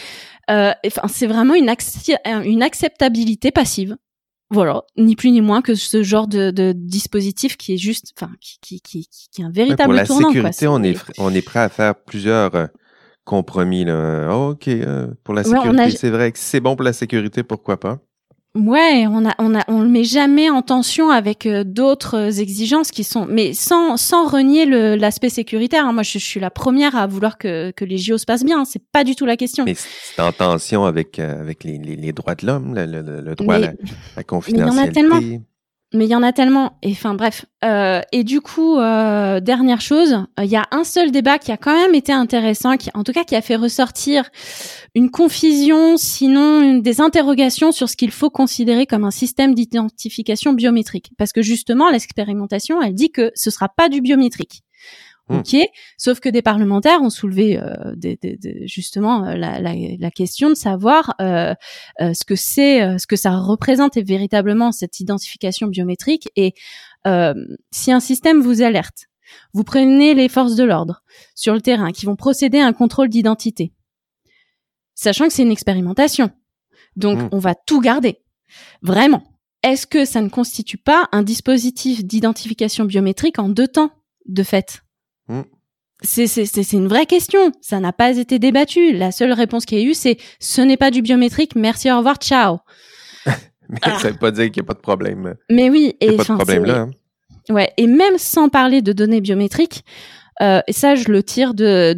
C'est vraiment une acceptabilité passive. Voilà, ni plus ni moins que ce genre de dispositif qui est juste, qui est un véritable tournant. Pour la sécurité, on est prêt à faire plusieurs compromis là. OK, pour la sécurité, c'est vrai que si c'est bon pour la sécurité, pourquoi pas? Ouais, on le met jamais en tension avec d'autres exigences qui sont, mais sans renier l'aspect sécuritaire. Hein. Moi, je suis la première à vouloir que les JO se passent bien. C'est pas du tout la question. Mais c'est en tension avec les droits de l'homme, le droit à la confidentialité. Mais il y en a tellement. Et enfin bref. Et du coup, dernière chose, il y a un seul débat qui a quand même été intéressant, en tout cas qui a fait ressortir une confusion, sinon des interrogations sur ce qu'il faut considérer comme un système d'identification biométrique. Parce que justement, l'expérimentation, elle dit que ce sera pas du biométrique. Ok, sauf que des parlementaires ont soulevé justement la question de savoir ce que ça représente véritablement cette identification biométrique et si un système vous alerte, vous prenez les forces de l'ordre sur le terrain qui vont procéder à un contrôle d'identité, sachant que c'est une expérimentation, donc on va tout garder, vraiment. Est-ce que ça ne constitue pas un dispositif d'identification biométrique en 2 temps de fait? C'est une vraie question. Ça n'a pas été débattu. La seule réponse qu'il y a eu, c'est « ce n'est pas du biométrique, merci, au revoir, ciao ». Mais ça veut pas dire qu'il n'y a pas de problème. Mais oui. Il n'y a pas de problème là. Hein. Ouais, et même sans parler de données biométriques, et ça, je le tire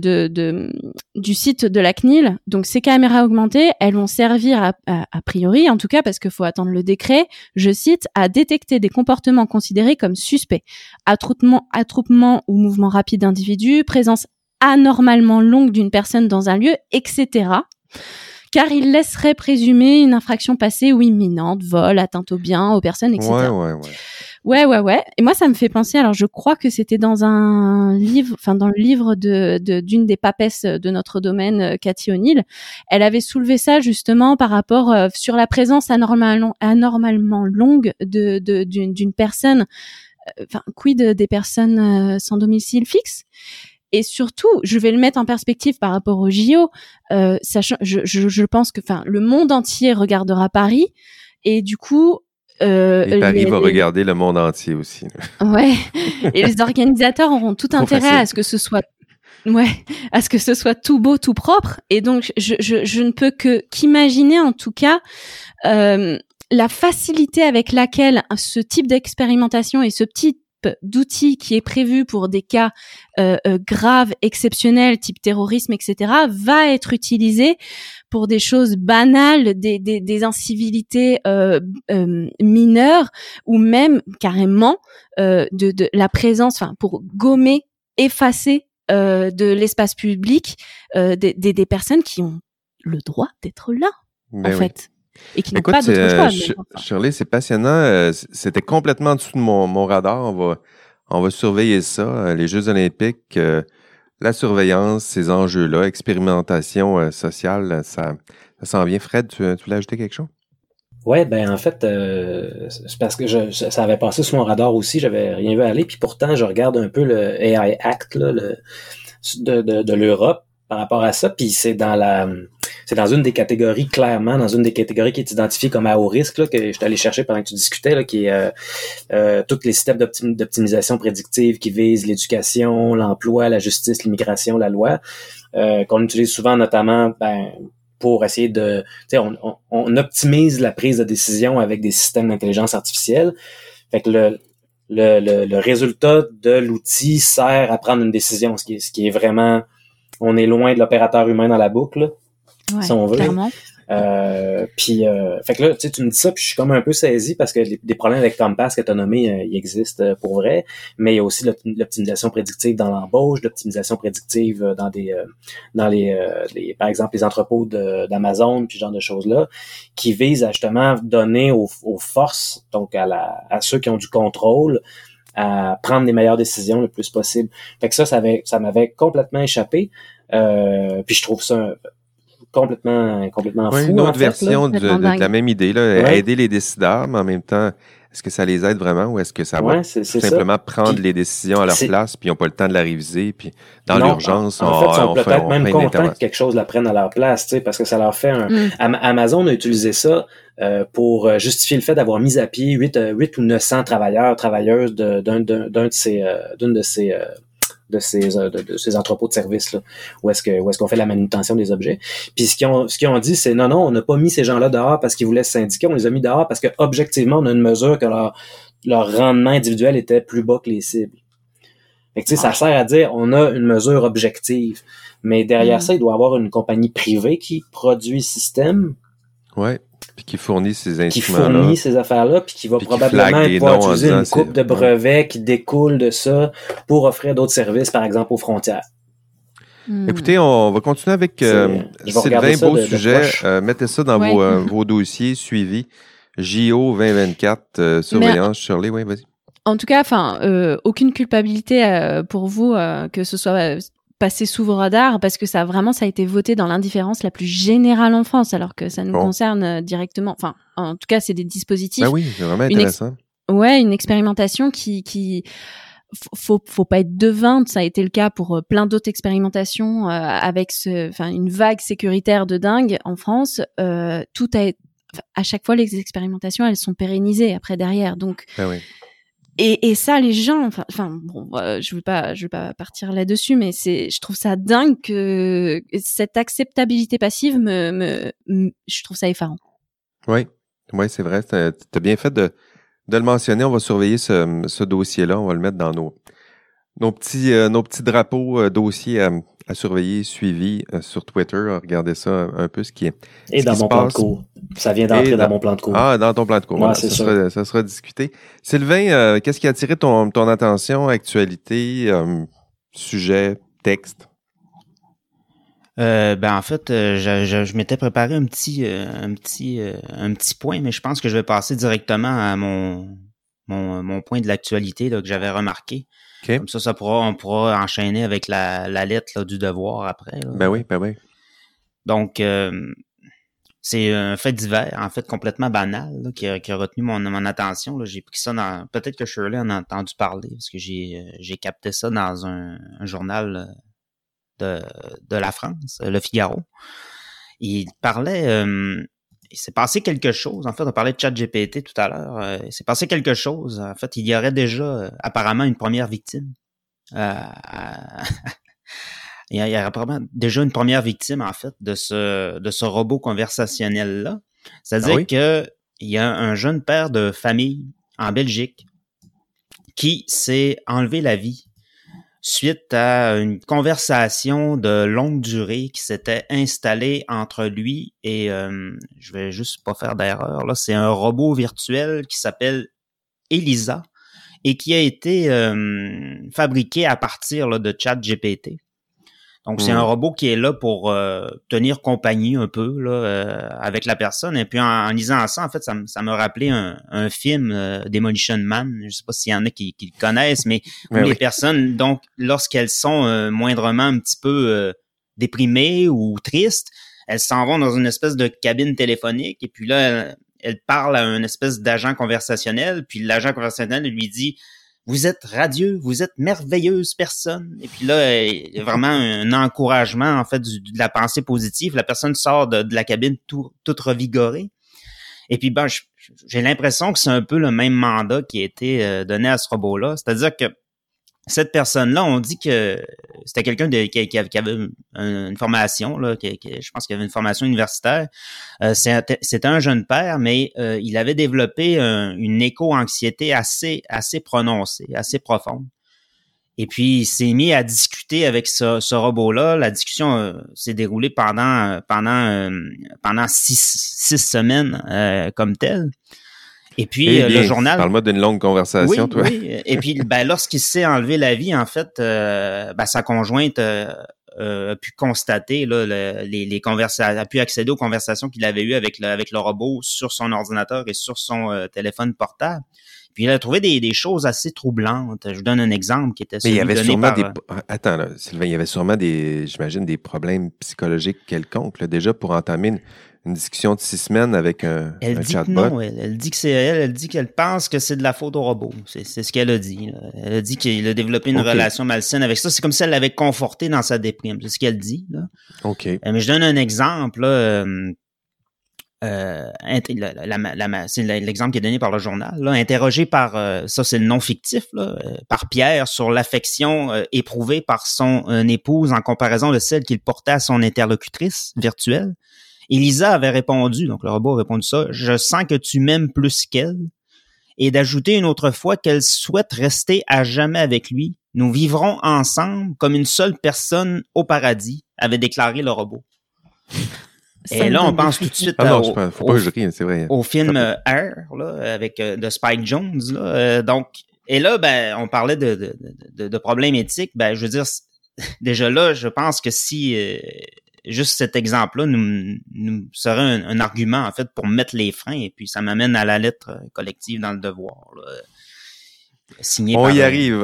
du site de la CNIL. Donc, ces caméras augmentées, elles vont servir a priori, en tout cas, parce qu'il faut attendre le décret, je cite, à détecter des comportements considérés comme suspects. Attroupement ou mouvement rapide d'individus, présence anormalement longue d'une personne dans un lieu, etc. Car il laisserait présumer une infraction passée ou imminente, vol, atteinte aux biens, aux personnes, etc. Ouais. Et moi, ça me fait penser, alors je crois que c'était dans un livre, dans le livre d'une des papesses de notre domaine, Cathy O'Neill. Elle avait soulevé ça justement par rapport sur la présence anormalement longue d'une personne, quid des personnes sans domicile fixe. Et surtout, je vais le mettre en perspective par rapport au JO, sachant, je pense que, le monde entier regardera Paris, et du coup, et Paris va regarder le monde entier aussi. Ouais. Et les organisateurs auront tout intérêt à ce que ce soit, tout beau, tout propre. Et donc, je ne peux qu'imaginer, en tout cas, la facilité avec laquelle ce type d'expérimentation et ce type d'outils qui est prévu pour des cas graves, exceptionnels, type terrorisme, etc., va être utilisé pour des choses banales, des incivilités mineures, ou même carrément de la présence, pour gommer, effacer de l'espace public des personnes qui ont le droit d'être là, en fait. Et qui n'ont pas d'autre choix. Shirley, c'est passionnant. C'était complètement en dessous de mon radar. On va surveiller ça. Les Jeux olympiques, la surveillance, ces enjeux-là, expérimentation sociale, ça s'en vient. Fred, tu voulais ajouter quelque chose? Ouais, en fait, c'est parce que ça avait passé sur mon radar aussi. J'avais rien vu aller. Puis pourtant, je regarde un peu le AI Act là, de l'Europe par rapport à ça. Puis c'est dans une des catégories, clairement, dans une des catégories qui est identifiée comme à haut risque, là, que je suis allé chercher pendant que tu discutais, là, qui est tous les systèmes d'optimisation prédictive qui visent l'éducation, l'emploi, la justice, l'immigration, la loi, qu'on utilise souvent notamment pour essayer de... On optimise la prise de décision avec des systèmes d'intelligence artificielle. Fait que le résultat de l'outil sert à prendre une décision, ce qui est vraiment... On est loin de l'opérateur humain dans la boucle, là. Ouais, si on veut. Clairement. Fait que là, tu me dis ça, puis je suis comme un peu saisi parce que des problèmes avec Compass que tu as nommé, ils existent pour vrai, mais il y a aussi l'optimisation prédictive dans l'embauche, l'optimisation prédictive dans les par exemple les entrepôts d'Amazon, puis ce genre de choses-là, qui visent à justement donner aux forces, donc à ceux qui ont du contrôle, à prendre les meilleures décisions le plus possible. Fait que ça m'avait complètement échappé. Puis je trouve ça complètement fou. Une autre version de la même idée, là, aider les décideurs, mais en même temps, est-ce que ça les aide vraiment ou est-ce que ça va simplement prendre les décisions à leur place puis ils n'ont pas le temps de la réviser puis dans l'urgence, en fait, ils sont peut-être même contents que quelque chose la prenne à leur place, tu sais, parce que ça leur fait Amazon a utilisé ça pour justifier le fait d'avoir mis à pied 8 ou 900 travailleuses d'une de ces entrepôts de services là, où est-ce qu'on fait la manutention des objets. Puis ce qu'ils ont dit, c'est non, on n'a pas mis ces gens-là dehors parce qu'ils voulaient se syndiquer, on les a mis dehors parce que objectivement, on a une mesure que leur rendement individuel était plus bas que les cibles. Fait que tu sais, ça sert à dire on a une mesure objective, mais derrière ça, il doit y avoir une compagnie privée qui produit le système. Ouais. Puis qui fournit ces instruments-là. Qui fournit ces affaires-là, puis qui va probablement pouvoir utiliser une coupe de brevets qui découle de ça pour offrir d'autres services, par exemple, aux frontières. Écoutez, on va continuer avec Sylvain, beau sujet. Mettez ça dans vos dossiers suivis. JO 2024, surveillance, Shirley, oui, vas-y. En tout cas, aucune culpabilité pour vous que ce soit passé sous vos radars parce que ça a été voté dans l'indifférence la plus générale en France alors que ça nous concerne directement. Enfin, en tout cas, c'est des dispositifs. Ben oui, c'est vraiment intéressant. Une expérimentation qui faut pas être devin. Ça a été le cas pour plein d'autres expérimentations avec une vague sécuritaire de dingue en France. Tout à chaque fois les expérimentations, elles sont pérennisées après derrière. Donc. Ben oui. Et ça, les gens, je veux pas partir là-dessus, mais je trouve ça dingue que cette acceptabilité passive je trouve ça effarant. Oui, c'est vrai. T'as bien fait de le mentionner. On va surveiller ce dossier-là. On va le mettre dans nos petits drapeaux dossiers à surveiller, suivis sur Twitter. Regardez ça un peu ce qui est. Et dans mon plan de cours. Ça vient d'entrer dans mon plan de cours. Ah, dans ton plan de cours. Ouais, ça sera discuté. Sylvain, qu'est-ce qui a attiré ton attention, actualité, sujet, texte? En fait, je m'étais préparé un petit point, mais je pense que je vais passer directement à mon point de l'actualité là, que j'avais remarqué. Okay. Comme ça on pourra enchaîner avec la lettre là, du devoir après. Là. Ben oui. Donc, c'est un fait divers, en fait complètement banal, là, qui a retenu mon attention. Là. J'ai pris ça peut-être que Shirley en a entendu parler, parce que j'ai capté ça dans un journal de la France, Le Figaro. Il parlait... il s'est passé quelque chose. En fait, on parlait de ChatGPT tout à l'heure. Il s'est passé quelque chose. En fait, il y aurait déjà apparemment une première victime. Il y a apparemment déjà une première victime, en fait, de ce robot conversationnel-là. C'est-à-dire que il y a un jeune père de famille en Belgique qui s'est enlevé la vie suite à une conversation de longue durée qui s'était installée entre lui et, je vais juste pas faire d'erreur, là, c'est un robot virtuel qui s'appelle Elisa et qui a été fabriqué à partir là, de ChatGPT. Donc, c'est un robot qui est là pour tenir compagnie un peu là avec la personne. Et puis, en lisant ça, en fait, ça m'a rappelé un film, Demolition Man. Je sais pas s'il y en a qui le connaissent, mais les personnes, donc, lorsqu'elles sont moindrement un petit peu déprimées ou tristes, elles s'en vont dans une espèce de cabine téléphonique. Et puis là, elles parlent à une espèce d'agent conversationnel. Puis l'agent conversationnel lui dit... Vous êtes radieux, vous êtes merveilleuse personne. Et puis là, il y a vraiment un encouragement, en fait, de la pensée positive. La personne sort de la cabine toute revigorée. Et puis, j'ai l'impression que c'est un peu le même mandat qui a été donné à ce robot-là. C'est-à-dire que cette personne-là, on dit que c'était quelqu'un qui avait une formation, là, je pense qu'il avait une formation universitaire. C'était un jeune père, mais il avait développé une éco-anxiété assez prononcée, assez profonde. Et puis, il s'est mis à discuter avec ce robot-là. La discussion s'est déroulée pendant 6 semaines comme telle. Et puis, le journal... Parle-moi d'une longue conversation, oui, toi. Oui, et puis, lorsqu'il s'est enlevé la vie, en fait, sa conjointe a pu constater là, les conversations, a pu accéder aux conversations qu'il avait eues avec le robot sur son ordinateur et sur son téléphone portable. Puis il a trouvé des choses assez troublantes. Je vous donne un exemple qui était celui donné par... Mais il y avait sûrement Attends, là, Sylvain, il y avait sûrement j'imagine, des problèmes psychologiques quelconques, là, déjà pour entamer une discussion de 6 semaines avec un chatbot. Non, elle dit que c'est elle dit qu'elle pense que c'est de la faute au robot. C'est ce qu'elle a dit. Là. Elle a dit qu'il a développé une relation malsaine avec ça. C'est comme si elle l'avait conforté dans sa déprime. C'est ce qu'elle dit. Là. OK. Mais je donne un exemple. Là, c'est l'exemple qui est donné par le journal. Là, interrogé par, ça c'est le nom fictif, là, par Pierre sur l'affection éprouvée par son épouse en comparaison de celle qu'il portait à son interlocutrice virtuelle. Elisa avait répondu, donc le robot a répondu ça, « Je sens que tu m'aimes plus qu'elle. » Et d'ajouter une autre fois qu'elle souhaite rester à jamais avec lui. « Nous vivrons ensemble comme une seule personne au paradis », avait déclaré le robot. Et là, on pense tout de suite au film Air, là, avec de Spike Jonze. Là, donc, et là, on parlait de problèmes éthiques. Je veux dire, déjà là, je pense que si juste cet exemple-là nous serait un argument, en fait, pour mettre les freins, et puis ça m'amène à la lettre collective dans le devoir. Là, signée par... On y arrive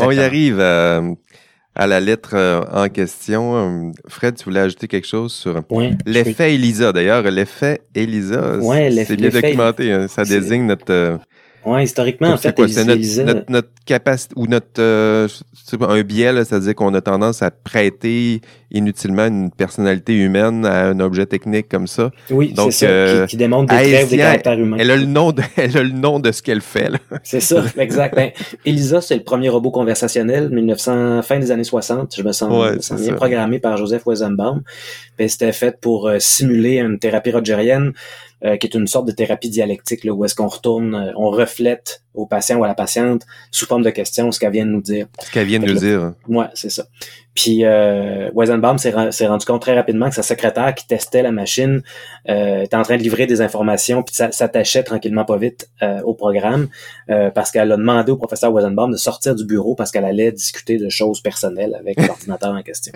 à la lettre en question. Fred, tu voulais ajouter quelque chose sur l'effet Elisa. D'ailleurs, l'effet Elisa, c'est bien documenté. Hein, ça désigne notre... historiquement, en fait, c'est notre capacité ou notre un biais, là, c'est-à-dire qu'on a tendance à prêter inutilement une personnalité humaine à un objet technique comme ça. Oui, donc, c'est ça, qui démontre des traits ou des caractères humains. Elle a le nom de ce qu'elle fait, là. C'est ça, exact. Elisa, c'est le premier robot conversationnel, fin des années 60, je me sens bien programmé par Joseph Weizenbaum. Puis c'était fait pour simuler une thérapie rogerienne, qui est une sorte de thérapie dialectique, là, où est-ce qu'on retourne, on reflète au patient ou à la patiente sous forme de questions ce qu'elle vient de nous dire. Ce qu'elle vient de nous dire. Ouais, c'est ça. Puis Weizenbaum s'est rendu compte très rapidement que sa secrétaire qui testait la machine était en train de livrer des informations puis s'attachait tranquillement pas vite au programme parce qu'elle a demandé au professeur Weizenbaum de sortir du bureau parce qu'elle allait discuter de choses personnelles avec l'ordinateur en question.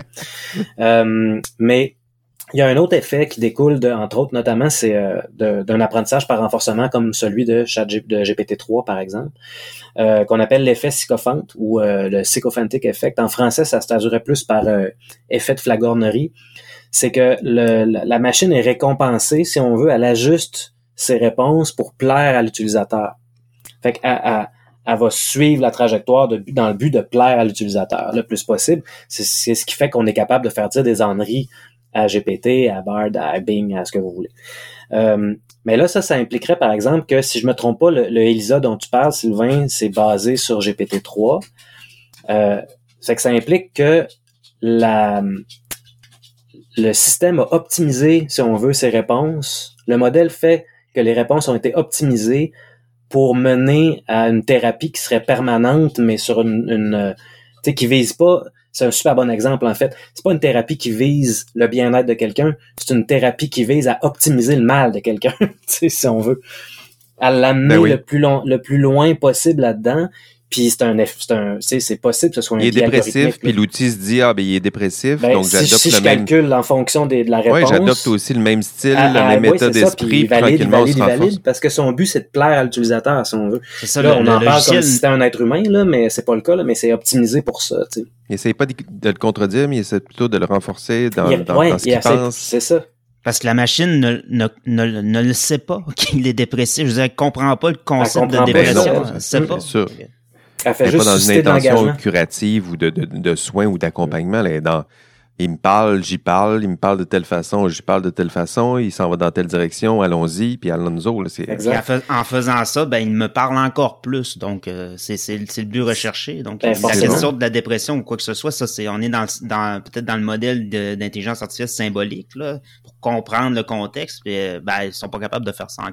Mais il y a un autre effet qui découle entre autres, notamment, c'est d'un apprentissage par renforcement comme celui de GPT-3, par exemple, qu'on appelle l'effet sycophante ou le sycophantic effect. En français, ça se traduirait plus par effet de flagornerie. C'est que la machine est récompensée, si on veut, elle ajuste ses réponses pour plaire à l'utilisateur. Fait qu'elle va suivre la trajectoire dans le but de plaire à l'utilisateur le plus possible. C'est ce qui fait qu'on est capable de faire dire des âneries à GPT, à Bard, à Bing, à ce que vous voulez. Mais là, ça impliquerait, par exemple, que si je me trompe pas, le Elisa dont tu parles, Sylvain, c'est basé sur GPT-3. C'est que ça implique que le système a optimisé, si on veut, ses réponses. Le modèle fait que les réponses ont été optimisées pour mener à une thérapie qui serait permanente, mais sur tu sais, qui vise pas... C'est un super bon exemple, en fait. C'est pas une thérapie qui vise le bien-être de quelqu'un, c'est une thérapie qui vise à optimiser le mal de quelqu'un, tu sais, si on veut. À l'amener le plus loin possible là-dedans. Puis c'est possible que ce soit un biais algorithmique. Il est dépressif, puis l'outil se dit, il est dépressif, donc j'adopte si je calcule en fonction de la réponse. Oui, j'adopte aussi le même style, le même état d'esprit, tranquillement, il valide, parce que son but, c'est de plaire à l'utilisateur, si on veut. C'est ça, là, on en parle comme si c'était un être humain, là, mais c'est pas le cas, là, mais c'est optimisé pour ça, tu sais. Il essaye pas de le contredire, mais il essaie plutôt de le renforcer dans ce qu'il pense. C'est ça. Parce que la machine ne le sait pas qu'il est dépressif. Je veux dire, elle comprend pas le concept de dépression. Elle sait pas. Elle fait juste pas dans une intention curative ou de soins ou d'accompagnement. Elle est dans il me parle, j'y parle, il me parle de telle façon, j'y parle de telle façon, il s'en va dans telle direction, allons-y, puis allons-y. En faisant ça, il me parle encore plus. Donc, c'est le but recherché. Donc, la question de la dépression ou quoi que ce soit, ça, on est peut-être dans le modèle d'intelligence artificielle symbolique, là, pour comprendre le contexte, puis ils sont pas capables de faire ça encore.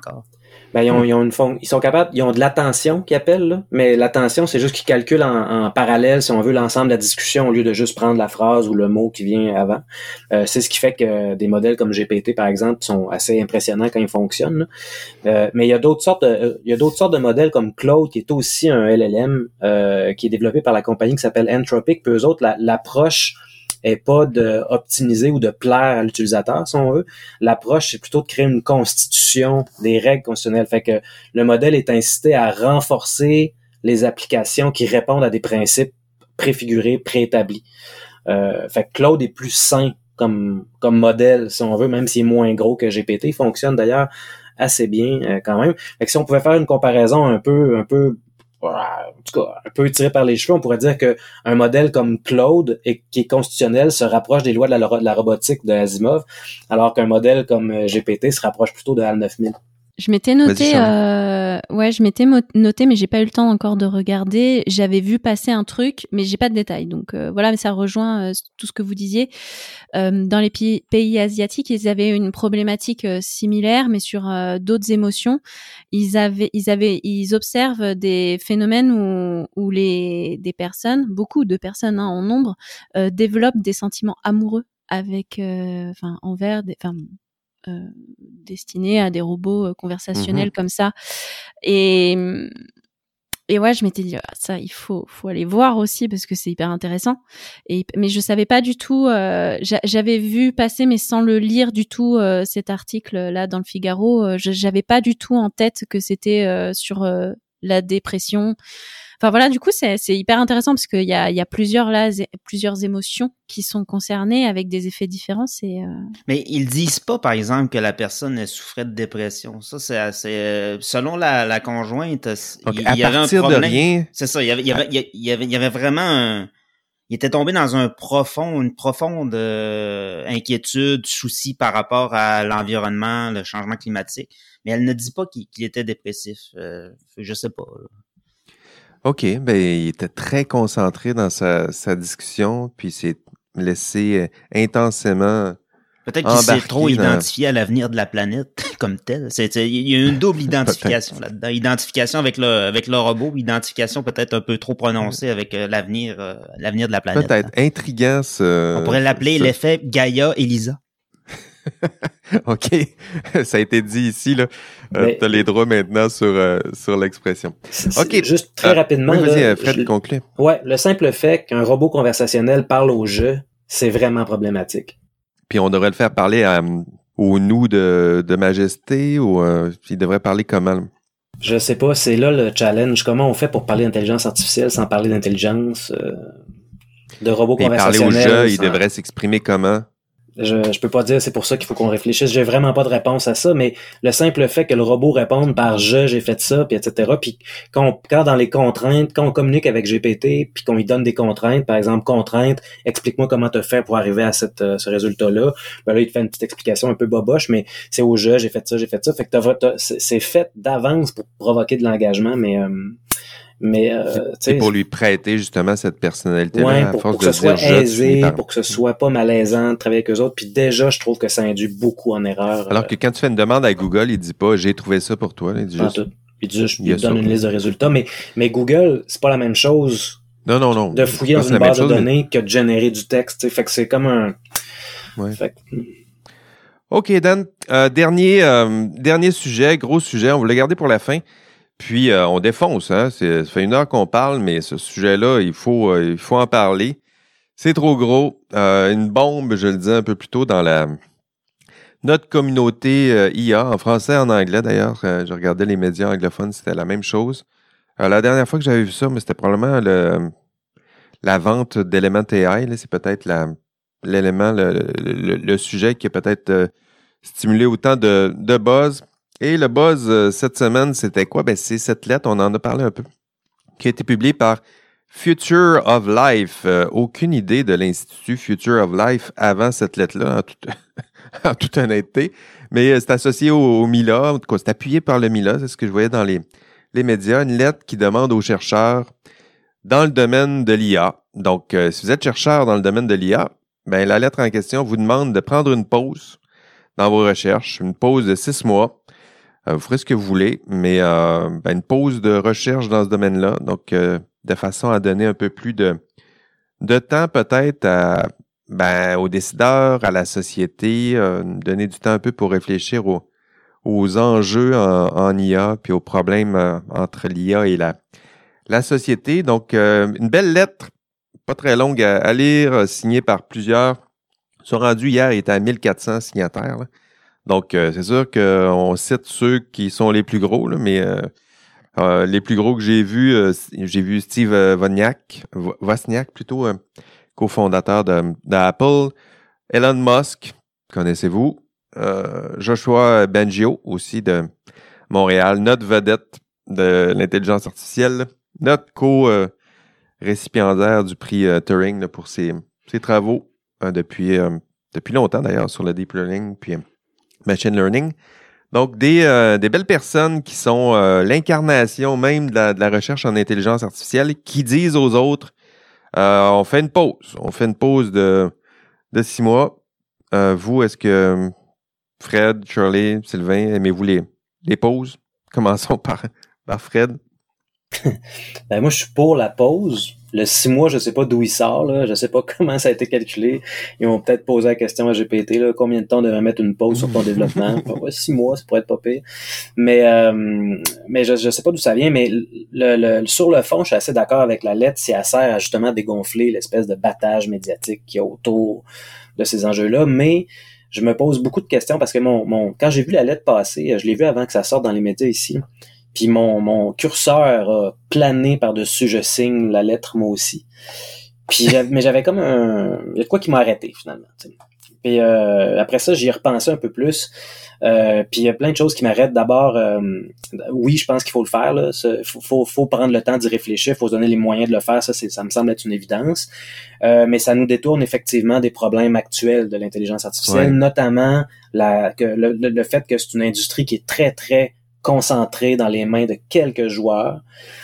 Ben, ils sont capables, ils ont de l'attention qu'ils appellent, là, mais l'attention, c'est juste qu'ils calculent en parallèle, si on veut, l'ensemble de la discussion au lieu de juste prendre la phrase ou le mot qui vient avant. C'est ce qui fait que des modèles comme GPT, par exemple, sont assez impressionnants quand ils fonctionnent, là. Mais il y a d'autres sortes de modèles comme Claude, qui est aussi un LLM, qui est développé par la compagnie qui s'appelle Anthropic, puis eux autres, l'approche est pas de optimiser ou de plaire à l'utilisateur, si on veut. L'approche, c'est plutôt de créer une constitution, des règles constitutionnelles. Fait que le modèle est incité à renforcer les applications qui répondent à des principes préfigurés, préétablis. Fait que Claude est plus sain comme modèle, si on veut, même s'il est moins gros que GPT. Il fonctionne d'ailleurs assez bien quand même. Fait que si on pouvait faire une comparaison un peu en tout cas, un peu tiré par les cheveux, on pourrait dire que un modèle comme Claude, qui est constitutionnel, se rapproche des lois de la robotique de Asimov, alors qu'un modèle comme GPT se rapproche plutôt de HAL 9000. Je m'étais noté, mais j'ai pas eu le temps encore de regarder. J'avais vu passer un truc, mais j'ai pas de détails. Donc voilà, mais ça rejoint tout ce que vous disiez. Dans les pays asiatiques, ils avaient une problématique similaire, mais sur d'autres émotions. Ils observent des phénomènes où des personnes, beaucoup de personnes en nombre, développent des sentiments amoureux avec, destinés à des robots conversationnels comme ça. Et ouais, je m'étais dit, ça, il faut aller voir aussi parce que c'est hyper intéressant. Mais je savais pas du tout, j'avais vu passer, mais sans le lire du tout, cet article-là dans le Figaro. J'avais pas du tout en tête que c'était sur la dépression. Enfin voilà, du coup c'est hyper intéressant parce qu'il y a plusieurs émotions qui sont concernées avec des effets différents. Mais ils disent pas, par exemple, que la personne souffrait de dépression. Ça c'est selon la conjointe. Donc, il y avait un problème. De rien. C'est ça. Il y avait vraiment il était tombé dans une profonde inquiétude, souci par rapport à l'environnement, le changement climatique. Mais elle ne dit pas qu'il était dépressif. Je sais pas. OK, ben il était très concentré dans sa discussion, puis s'est laissé intensément. Peut-être qu'il s'est trop identifié à l'avenir de la planète comme tel. Il y a une double identification là-dedans. Identification avec le robot, identification peut-être un peu trop prononcée avec l'avenir de la planète. Peut-être intriguant On pourrait l'appeler l'effet Gaïa-Elisa. OK. Ça a été dit ici, là. T'as les droits maintenant sur l'expression. OK. Juste très rapidement. Oui, vas-y, Fred, conclue. Ouais, le simple fait qu'un robot conversationnel parle au jeu, c'est vraiment problématique. Puis on devrait le faire parler au nous de majesté ou il devrait parler comment? Je sais pas, c'est là le challenge. Comment on fait pour parler d'intelligence artificielle sans parler d'intelligence de robots conversationnels? Parler au jeu, il devrait s'exprimer comment? Je peux pas dire, c'est pour ça qu'il faut qu'on réfléchisse. J'ai vraiment pas de réponse à ça, mais le simple fait que le robot réponde par j'ai fait ça, puis etc. Puis quand dans les contraintes, quand on communique avec GPT, puis qu'on lui donne des contraintes, par exemple, contrainte, explique-moi comment te faire pour arriver à ce résultat-là. Ben là, il te fait une petite explication un peu boboche, mais c'est au jeu, j'ai fait ça. Fait que c'est fait d'avance pour provoquer de l'engagement, mais c'est pour lui prêter justement cette personnalité-là, ouais, à force pour que de ce soit dire aisé, pour que ce soit pas malaisant de travailler avec eux autres. Puis déjà, je trouve que ça induit beaucoup en erreur. Alors que quand tu fais une demande à Google, il dit pas j'ai trouvé ça pour toi. Il dit juste, il donne une liste de résultats. Mais Google, c'est pas la même chose. Non. De fouiller dans une base de données que de générer du texte. T'sais. Fait que c'est comme un. Ouais. OK, Dan. Dernier sujet, gros sujet. On va le garder pour la fin. Puis, on défonce, hein. Ça fait 1 heure qu'on parle, mais ce sujet-là, il faut en parler. C'est trop gros. Une bombe, je le disais un peu plus tôt, dans notre communauté IA, en français et en anglais d'ailleurs. Je regardais les médias anglophones, c'était la même chose. La dernière fois que j'avais vu ça, mais c'était probablement la vente d'Element AI. Là, c'est peut-être l'élément, le sujet qui a peut-être stimulé autant de buzz. Et le buzz cette semaine, c'était quoi? Ben, c'est cette lettre, on en a parlé un peu, qui a été publiée par Future of Life. Aucune idée de l'Institut Future of Life avant cette lettre-là, en toute honnêteté. Mais c'est associé au MILA, en tout cas, c'est appuyé par le MILA, c'est ce que je voyais dans les médias. Une lettre qui demande aux chercheurs dans le domaine de l'IA. Donc, si vous êtes chercheur dans le domaine de l'IA, ben, la lettre en question vous demande de prendre une pause dans vos recherches, une pause de 6 mois. vous ferez ce que vous voulez, mais une pause de recherche dans ce domaine-là, donc de façon à donner un peu plus de temps peut-être aux décideurs, à la société, donner du temps un peu pour réfléchir aux enjeux en IA, puis aux problèmes entre l'IA et la société. Donc, une belle lettre, pas très longue à lire, signée par plusieurs. Ils sont rendus hier, il était à 1400 signataires, là. Donc, c'est sûr qu'on cite ceux qui sont les plus gros, là, mais les plus gros que j'ai vu Steve Wozniak plutôt, cofondateur d'Apple, Elon Musk, connaissez-vous, Joshua Bengio, aussi de Montréal, notre vedette de l'intelligence artificielle, notre co-récipiendaire du prix Turing là, pour ses travaux depuis longtemps d'ailleurs sur le deep learning puis machine learning. Donc, des belles personnes qui sont l'incarnation même de la recherche en intelligence artificielle qui disent aux autres on fait une pause. On fait une pause de 6 mois. Vous, est-ce que Fred, Shirley, Sylvain, aimez-vous les pauses? Commençons par Fred. Moi, je suis pour la pause. Le 6 mois, je sais pas d'où il sort, là. Je sais pas comment ça a été calculé. Ils ont peut-être posé la question à GPT, là, combien de temps on devrait mettre une pause sur ton développement. 6 mois, ça pourrait être pas pire. Mais je sais pas d'où ça vient, mais sur le fond, je suis assez d'accord avec la lettre si elle sert à justement dégonfler l'espèce de battage médiatique qu'il y a autour de ces enjeux-là. Mais je me pose beaucoup de questions parce que quand j'ai vu la lettre passer, je l'ai vu avant que ça sorte dans les médias ici. Puis mon curseur a plané par-dessus, je signe la lettre moi aussi. Puis mais j'avais comme il y a de quoi qui m'a arrêté finalement. T'sais. Puis après ça, j'y ai repensé un peu plus. Puis il y a plein de choses qui m'arrêtent. D'abord, oui, je pense qu'il faut le faire. Là. Faut prendre le temps d'y réfléchir, faut se donner les moyens de le faire. Ça me semble être une évidence. Mais ça nous détourne effectivement des problèmes actuels de l'intelligence artificielle, notamment le fait que c'est une industrie qui est très, très concentré dans les mains de quelques joueurs.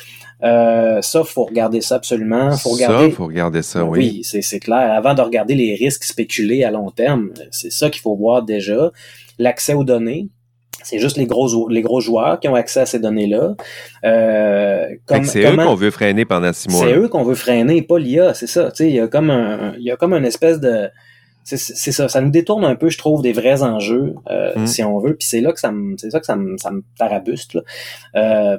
Ça, faut regarder ça absolument. Faut regarder ça, oui. Oui, c'est clair. Avant de regarder les risques spéculés à long terme, c'est ça qu'il faut voir déjà. L'accès aux données, c'est juste les gros joueurs qui ont accès à ces données-là. C'est eux qu'on veut freiner pendant 6 mois. C'est eux qu'on veut freiner, pas l'IA, c'est ça. Tu sais, il y a comme une espèce de c'est ça nous détourne un peu, je trouve, des vrais enjeux si on veut, puis c'est là que ça me tarabuste là.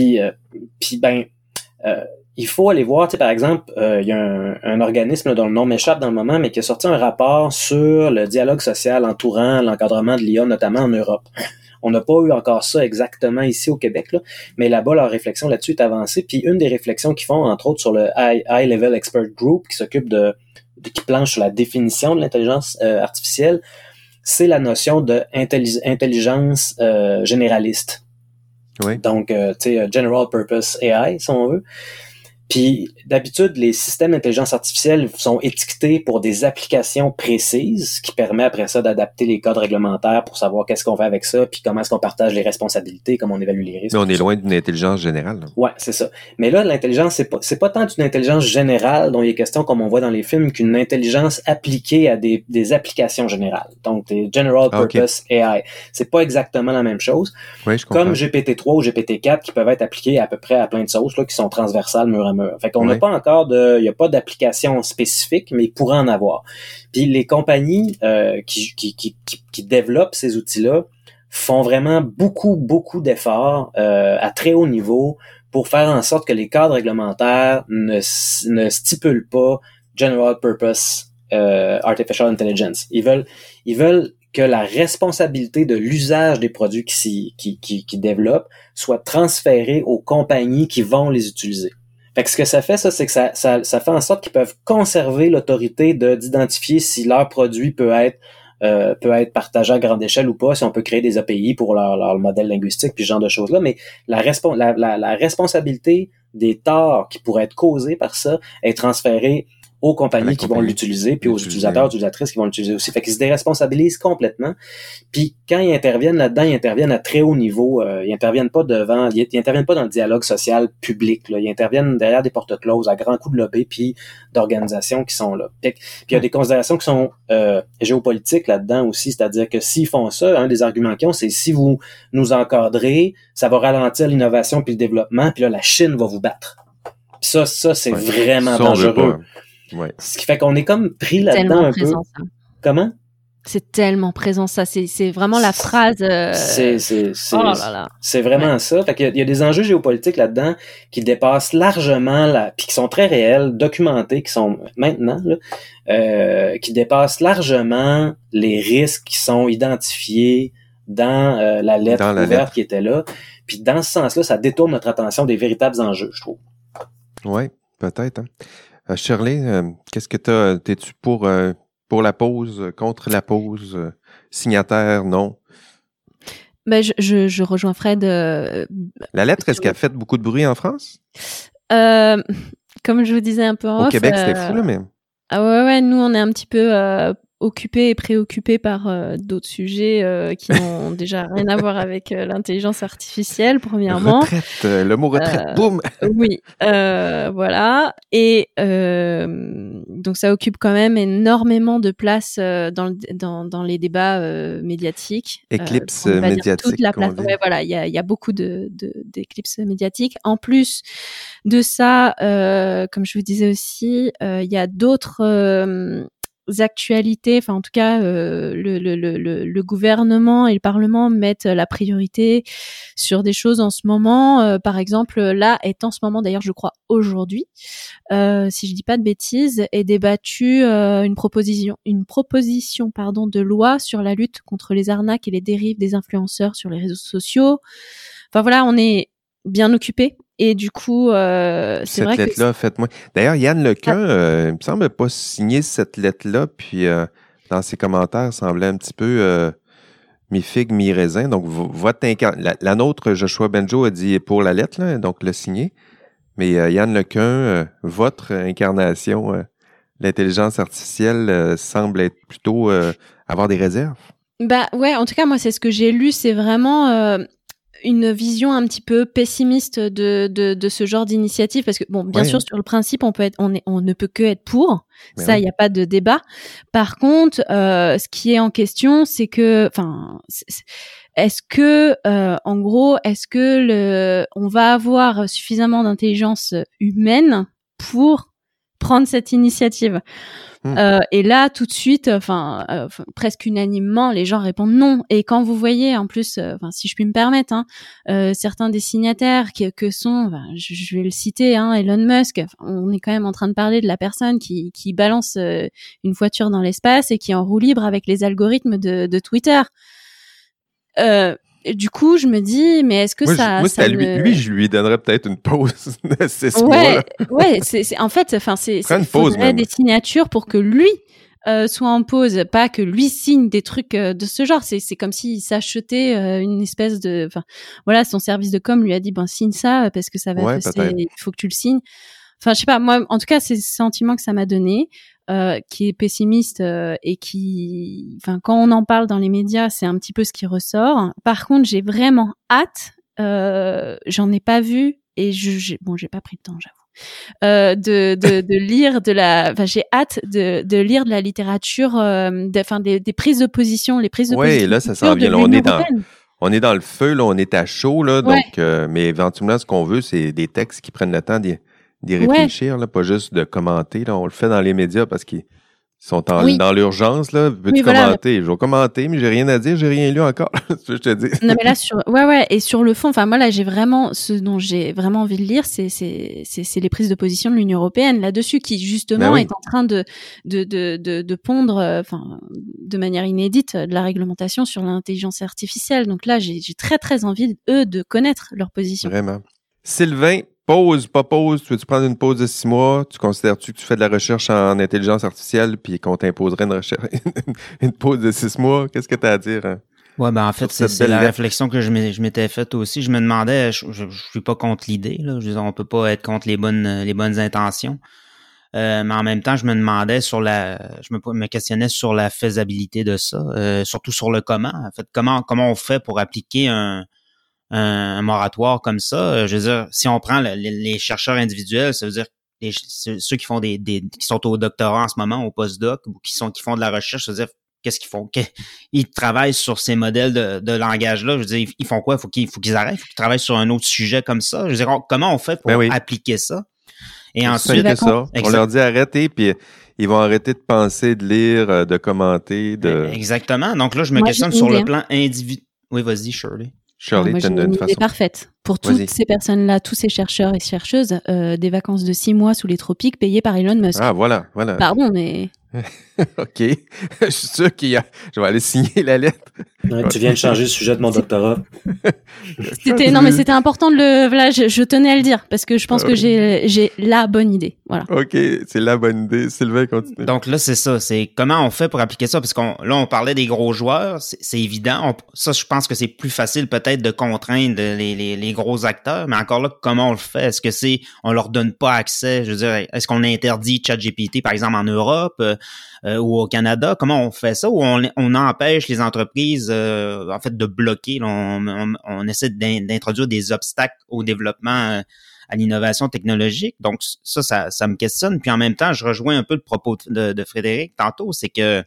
Il faut aller voir, tu sais, par exemple, il y a un organisme là, dont le nom m'échappe dans le moment, mais qui a sorti un rapport sur le dialogue social entourant l'encadrement de l'IA, notamment en Europe. On n'a pas eu encore ça exactement ici au Québec, là, mais là-bas, leur réflexion là-dessus est avancée. Puis une des réflexions qu'ils font, entre autres, sur le High Level Expert Group, qui s'occupe qui planche sur la définition de l'intelligence artificielle, c'est la notion de intelligence généraliste. Oui. Donc, tu sais, General Purpose AI, si on veut. Puis, d'habitude, les systèmes d'intelligence artificielle sont étiquetés pour des applications précises, ce qui permet après ça d'adapter les codes réglementaires pour savoir qu'est-ce qu'on fait avec ça, puis comment est-ce qu'on partage les responsabilités, comment on évalue les risques. Mais on est loin d'une intelligence générale. Là. Ouais, c'est ça. Mais là, l'intelligence, c'est pas tant d'une intelligence générale dont il est question, comme on voit dans les films, qu'une intelligence appliquée à des applications générales. Donc, des General Purpose AI. C'est pas exactement la même chose. Oui, je comprends. Comme GPT-3 ou GPT-4 qui peuvent être appliqués à peu près à plein de sauces, là, qui sont transversales mur à mur. Fait qu'on n'a pas encore il y a pas d'application spécifique, mais il pourrait en avoir. Puis les compagnies qui développent ces outils-là font vraiment beaucoup d'efforts à très haut niveau pour faire en sorte que les cadres réglementaires ne stipulent pas General Purpose Artificial Intelligence. Ils veulent que la responsabilité de l'usage des produits qui développent soit transférée aux compagnies qui vont les utiliser. Fait que ce que ça fait, c'est que ça fait en sorte qu'ils peuvent conserver l'autorité d'identifier si leur produit peut être partagé à grande échelle ou pas, si on peut créer des API pour leur modèle linguistique puis ce genre de choses-là, mais la responsabilité des torts qui pourraient être causés par ça est transférée aux compagnies qui vont l'utiliser, puis aux utilisateurs, utilisatrices qui vont l'utiliser aussi. Fait qu'ils se déresponsabilisent complètement. Puis quand ils interviennent là-dedans, ils interviennent à très haut niveau. Ils interviennent pas devant, ils interviennent pas dans le dialogue social public. Là. Ils interviennent derrière des portes closes, à grands coups de lobby, puis d'organisations qui sont là. Puis il y a des considérations qui sont géopolitiques là-dedans aussi, c'est-à-dire que s'ils font ça, un des arguments qu'ils ont, c'est si vous nous encadrez, ça va ralentir l'innovation puis le développement, puis là, la Chine va vous battre. Ça, c'est vraiment dangereux. Ouais. Ce qui fait qu'on est comme pris là-dedans un peu. Ça. Comment? C'est tellement présent, ça. C'est vraiment la phrase. Oh là là. C'est vraiment ça. Fait qu'il y a des enjeux géopolitiques là-dedans qui dépassent largement puis qui sont très réels, documentés, qui sont maintenant là, qui dépassent largement les risques qui sont identifiés dans la lettre ouverte qui était là. Puis dans ce sens-là, ça détourne notre attention des véritables enjeux, je trouve. Oui, peut-être. Hein. Shirley, qu'est-ce que t'es-tu pour la pause, contre la pause, signataire, non? Ben, je rejoins Fred. La lettre, est-ce qu'elle a fait beaucoup de bruit en France? Comme je vous disais un peu en off. Au Québec, c'était fou, là, mais... Ah ouais, nous, on est un petit peu occupés et préoccupés par d'autres sujets qui n'ont déjà rien à voir avec l'intelligence artificielle, premièrement. Retraite, le mot retraite, boum! Oui, voilà. Et donc, ça occupe quand même énormément de place dans les débats médiatiques. Éclipse médiatique. Toute la place. Ouais, voilà, il y a beaucoup d'éclipses médiatiques. En plus de ça, comme je vous disais aussi, il y a d'autres actualités, enfin en tout cas le gouvernement et le Parlement mettent la priorité sur des choses en ce moment. Par exemple, là est en ce moment, d'ailleurs je crois aujourd'hui, si je dis pas de bêtises, est débattue une proposition de loi sur la lutte contre les arnaques et les dérives des influenceurs sur les réseaux sociaux. Enfin voilà, on est bien occupé. Et du coup, c'est vrai que... Cette lettre-là, faites-moi... D'ailleurs, Yann Lecun, il me semble pas signer cette lettre-là, puis dans ses commentaires, semblait un petit peu mi-figue, mi-raisin. Donc, la nôtre, Joshua Benjo, a dit pour la lettre, là, donc le signer. Mais Yann Lecun, votre incarnation, l'intelligence artificielle, semble être plutôt avoir des réserves. Bah ouais, en tout cas, moi, c'est ce que j'ai lu, c'est vraiment... une vision un petit peu pessimiste de ce genre d'initiative, parce que bon, bien sûr, sur le principe, on ne peut que être pour. Mais ça, il n'y a pas de débat. Par contre, ce qui est en question, c'est que, est-ce que on va avoir suffisamment d'intelligence humaine pour prendre cette initiative? Et là, tout de suite, presque unanimement, les gens répondent non. Et quand vous voyez, en plus, si je puis me permettre, certains des signataires que sont, je vais le citer, Elon Musk, on est quand même en train de parler de la personne qui balance une voiture dans l'espace et qui est en roue libre avec les algorithmes de Twitter. Du coup, je me dis, mais est-ce que lui, je lui donnerais peut-être une pause de 6 mois. Ouais, en fait, c'est faudrait des signatures pour que lui soit en pause, pas que lui signe des trucs de ce genre. C'est comme s'il s'achetait une espèce de, son service de com lui a dit, signe ça parce que ça va il faut que tu le signes. Enfin, je sais pas, moi, en tout cas, c'est le sentiment que ça m'a donné. Qui est pessimiste et qui, quand on en parle dans les médias, c'est un petit peu ce qui ressort. Par contre, j'ai vraiment hâte. J'en ai pas vu et j'ai pas pris le temps, j'avoue, de lire j'ai hâte de lire de la littérature, des prises de position, les prises de position. Oui, là, ça s'en vient. Là, on est dans le feu, là, on est à chaud, là. Donc, mais éventuellement, ce qu'on veut, c'est des textes qui prennent le temps d'y réfléchir, là, pas juste de commenter. Là. On le fait dans les médias parce qu'ils sont dans l'urgence. Là. Peux-tu commenter? Je vais commenter, mais j'ai rien à dire, j'ai rien lu encore. Je te dis. Non, mais là, et sur le fond, moi, là, j'ai vraiment, ce dont j'ai vraiment envie de lire, c'est les prises de position de l'Union européenne là-dessus, qui, justement, est en train de pondre, de manière inédite, de la réglementation sur l'intelligence artificielle. Donc là, j'ai très, très envie, de connaître leur position. Vraiment. Sylvain, pause, pas pause, tu veux-tu prendre une pause de 6 mois? Tu considères-tu que tu fais de la recherche en intelligence artificielle puis qu'on t'imposerait une pause de 6 mois? Qu'est-ce que tu as à dire? Hein? Ouais, en fait, c'est la réflexion que je m'étais faite aussi. Je me demandais, je suis pas contre l'idée, là. Je veux dire, on peut pas être contre les bonnes intentions. Mais en même temps, je me demandais je me questionnais sur la faisabilité de ça, surtout sur le comment. En fait, comment on fait pour appliquer un moratoire comme ça? Je veux dire, si on prend les chercheurs individuels, ça veut dire ceux qui font qui sont au doctorat en ce moment, au postdoc, ou qui font de la recherche, ça veut dire qu'est-ce qu'ils font? Ils travaillent sur ces modèles de langage-là. Je veux dire, ils font quoi? Faut qu'ils arrêtent, faut qu'ils travaillent sur un autre sujet comme ça. Je veux dire, comment on fait pour appliquer ça? Et ensuite, on leur dit arrêtez, puis ils vont arrêter de penser, de lire, de commenter. Exactement. Donc là, je me questionne sur le plan individuel. Oui, vas-y, Shirley. Moi, j'ai une idée parfaite. Pour toutes ces personnes-là, tous ces chercheurs et chercheuses, des vacances de 6 mois sous les tropiques payées par Elon Musk. Ah, voilà. Pardon, mais... OK. Je suis sûr je vais aller signer la lettre. Ouais, tu viens de changer le sujet de mon doctorat. C'était important je tenais à le dire parce que je pense que j'ai la bonne idée. Voilà. OK, c'est la bonne idée. Sylvain, continue. Donc là, c'est ça. C'est comment on fait pour appliquer ça? Parce on parlait des gros joueurs. C'est évident. Ça, je pense que c'est plus facile peut-être de contraindre les gros acteurs. Mais encore là, comment on le fait? Est-ce que on leur donne pas accès? Je veux dire, est-ce qu'on interdit ChatGPT, par exemple, en Europe? Ou au Canada, comment on fait ça? Ou on empêche les entreprises en fait de bloquer, on essaie d'introduire des obstacles au développement, à l'innovation technologique. Donc ça me questionne. Puis en même temps, je rejoins un peu le propos de Frédéric tantôt, c'est que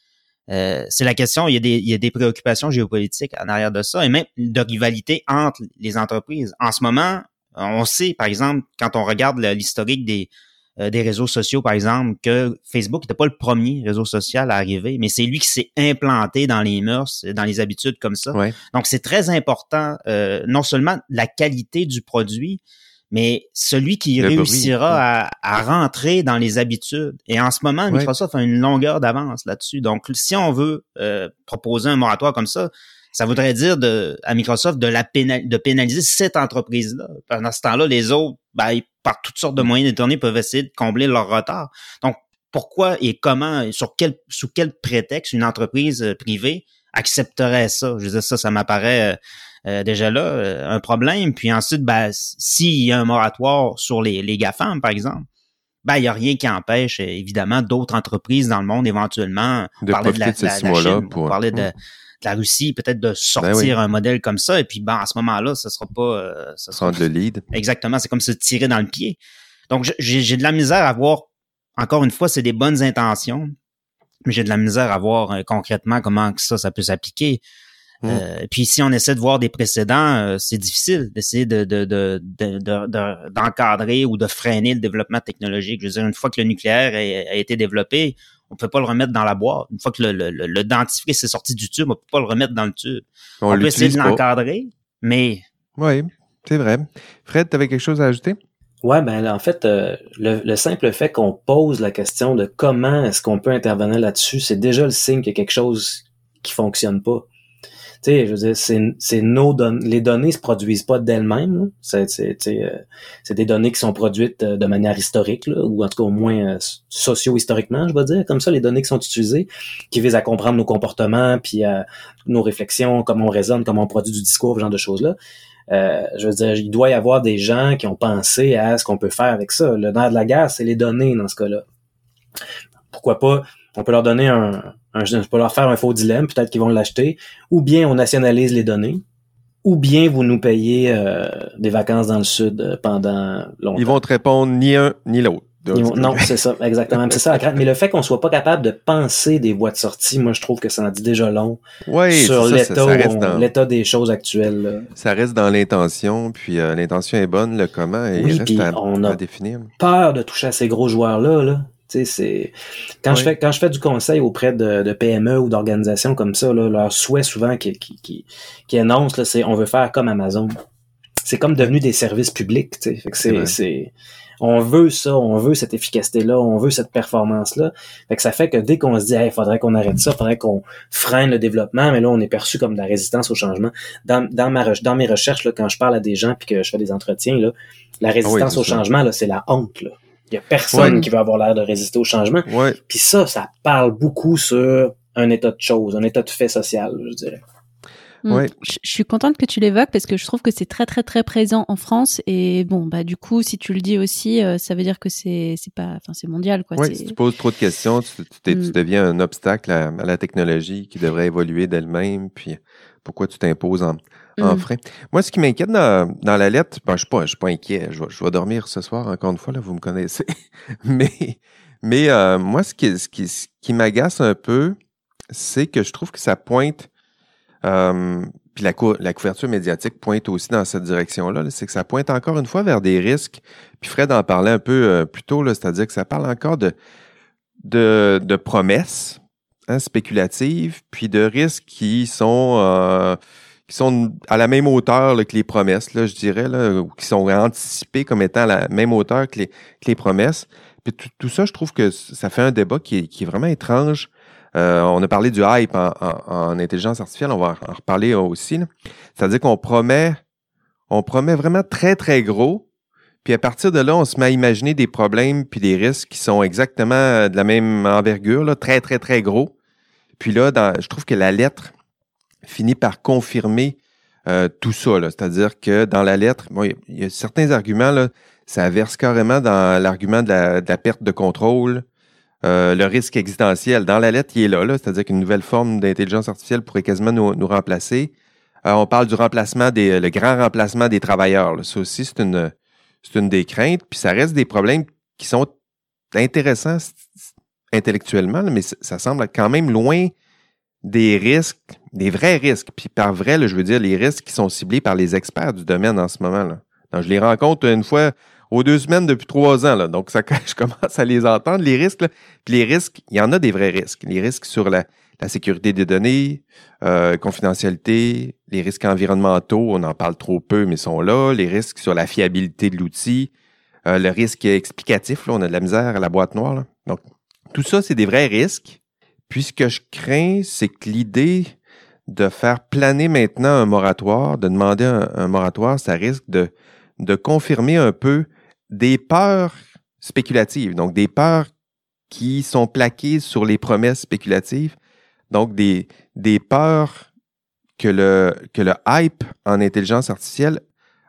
c'est la question, il y a des préoccupations géopolitiques en arrière de ça et même de rivalité entre les entreprises. En ce moment, on sait, par exemple, quand on regarde l'historique des réseaux sociaux, par exemple, que Facebook n'était pas le premier réseau social à arriver, mais c'est lui qui s'est implanté dans les mœurs, dans les habitudes comme ça. Ouais. Donc, c'est très important, non seulement la qualité du produit, mais celui qui réussira à rentrer dans les habitudes. Et en ce moment, Microsoft a une longueur d'avance là-dessus. Donc, si on veut proposer un moratoire comme ça voudrait dire à Microsoft de pénaliser cette entreprise-là. Pendant ce temps-là, les autres, par toutes sortes de moyens détournés, peuvent essayer de combler leur retard. Donc, pourquoi et comment, sous quel prétexte une entreprise privée accepterait ça? Je veux dire, ça m'apparaît déjà là un problème. Puis ensuite, s'il y a un moratoire sur les GAFAM, par exemple, il n'y a rien qui empêche, évidemment, d'autres entreprises dans le monde, éventuellement, de parler de la Chine, parler de la Russie, peut-être de sortir un modèle comme ça, et puis à ce moment-là, ça sera pas... ça sera prendre le lead. Exactement, c'est comme se tirer dans le pied. Donc, j'ai de la misère à voir, encore une fois, c'est des bonnes intentions, mais j'ai de la misère à voir concrètement comment ça peut s'appliquer. Puis si on essaie de voir des précédents, c'est difficile d'essayer d'encadrer ou de freiner le développement technologique. Je veux dire, une fois que le nucléaire a été développé, on peut pas le remettre dans la boîte. Une fois que le dentifrice est sorti du tube, on peut pas le remettre dans le tube. On peut essayer de l'encadrer, mais... Oui, c'est vrai. Fred, tu avais quelque chose à ajouter? Ouais, en fait, le simple fait qu'on pose la question de comment est-ce qu'on peut intervenir là-dessus, c'est déjà le signe qu'il y a quelque chose qui fonctionne pas. Tu sais, je veux dire, c'est nos données. Les données se produisent pas d'elles-mêmes. C'est des données qui sont produites de manière historique, là, ou en tout cas au moins socio-historiquement, je vais dire. Comme ça, les données qui sont utilisées, qui visent à comprendre nos comportements, puis nos réflexions, comment on raisonne, comment on produit du discours, ce genre de choses-là. Je veux dire, il doit y avoir des gens qui ont pensé à ce qu'on peut faire avec ça. Le nerf de la guerre, c'est les données dans ce cas-là. Pourquoi pas? On peut leur donner on peut leur faire un faux dilemme, peut-être qu'ils vont l'acheter, ou bien on nationalise les données, ou bien vous nous payez des vacances dans le sud pendant longtemps. Ils vont te répondre ni un ni l'autre. Non, c'est ça, exactement. C'est ça la crainte. Mais le fait qu'on soit pas capable de penser des voies de sortie, moi je trouve que ça en dit déjà long sur l'état des choses actuelles. Là. Ça reste dans l'intention, puis l'intention est bonne, le comment, et il reste à définir. Peur de toucher à ces gros joueurs-là, là. Tu sais, quand je fais du conseil auprès de PME ou d'organisations comme ça, là, leur souhait souvent qui énonce, là, c'est on veut faire comme Amazon. C'est comme devenu des services publics, tu sais. Fait que on veut ça, on veut cette efficacité-là, on veut cette performance-là. Fait que ça fait que dès qu'on se dit, faudrait qu'on arrête ça, faudrait qu'on freine le développement, mais là, on est perçu comme de la résistance au changement. Dans mes recherches, là, quand je parle à des gens puis que je fais des entretiens, là, la résistance au changement, là, c'est la honte, là. Il y a personne qui veut avoir l'air de résister au changement. Ouais. Puis ça parle beaucoup sur un état de choses, un état de fait social, je dirais. Ouais. Je suis contente que tu l'évoques parce que je trouve que c'est très très très présent en France et bon bah du coup si tu le dis aussi ça veut dire que c'est mondial quoi. Oui, si tu poses trop de questions, tu deviens un obstacle à la technologie qui devrait évoluer d'elle-même. Puis pourquoi tu t'imposes en frein? Moi, ce qui m'inquiète dans la lettre, je suis pas inquiet. Je vais dormir ce soir encore une fois là, vous me connaissez. mais moi, ce qui m'agace un peu, c'est que je trouve que ça pointe. Puis la couverture médiatique pointe aussi dans cette direction-là, c'est que ça pointe encore une fois vers des risques. Puis Fred en parlait un peu plus tôt, là, c'est-à-dire que ça parle encore de promesses spéculatives, puis de risques qui sont à la même hauteur là, que les promesses, là, je dirais, là, ou qui sont anticipés comme étant à la même hauteur que les promesses. Puis tout ça, je trouve que ça fait un débat qui est vraiment étrange. On a parlé du hype en intelligence artificielle, on va en reparler aussi. Là. C'est-à-dire qu'on promet vraiment très, très gros, puis à partir de là, on se met à imaginer des problèmes puis des risques qui sont exactement de la même envergure, là, très, très, très gros. Puis là, je trouve que la lettre finit par confirmer tout ça. Là. C'est-à-dire que dans la lettre, il y a certains arguments, là, ça verse carrément dans l'argument de la perte de contrôle. Le risque existentiel. Dans la lettre, il est là, c'est-à-dire qu'une nouvelle forme d'intelligence artificielle pourrait quasiment nous remplacer. On parle du le grand remplacement des travailleurs. Là. Ça aussi, c'est une des craintes. Puis ça reste des problèmes qui sont intéressants intellectuellement, là, mais ça semble quand même loin des risques, des vrais risques. Puis par vrai, là, je veux dire les risques qui sont ciblés par les experts du domaine en ce moment. Là. Donc, je les rencontre une fois aux 2 semaines depuis 3 ans. Là. Donc, je commence à les entendre, les risques. Là. Puis les risques, il y en a des vrais risques. Les risques sur la sécurité des données, confidentialité, les risques environnementaux, on en parle trop peu, mais sont là. Les risques sur la fiabilité de l'outil, le risque explicatif, là, on a de la misère à la boîte noire. Là. Donc, tout ça, c'est des vrais risques. Puis, ce que je crains, c'est que l'idée de faire planer maintenant un moratoire, de demander un moratoire, ça risque de confirmer un peu des peurs spéculatives, donc des peurs qui sont plaquées sur les promesses spéculatives, donc des peurs que le hype en intelligence artificielle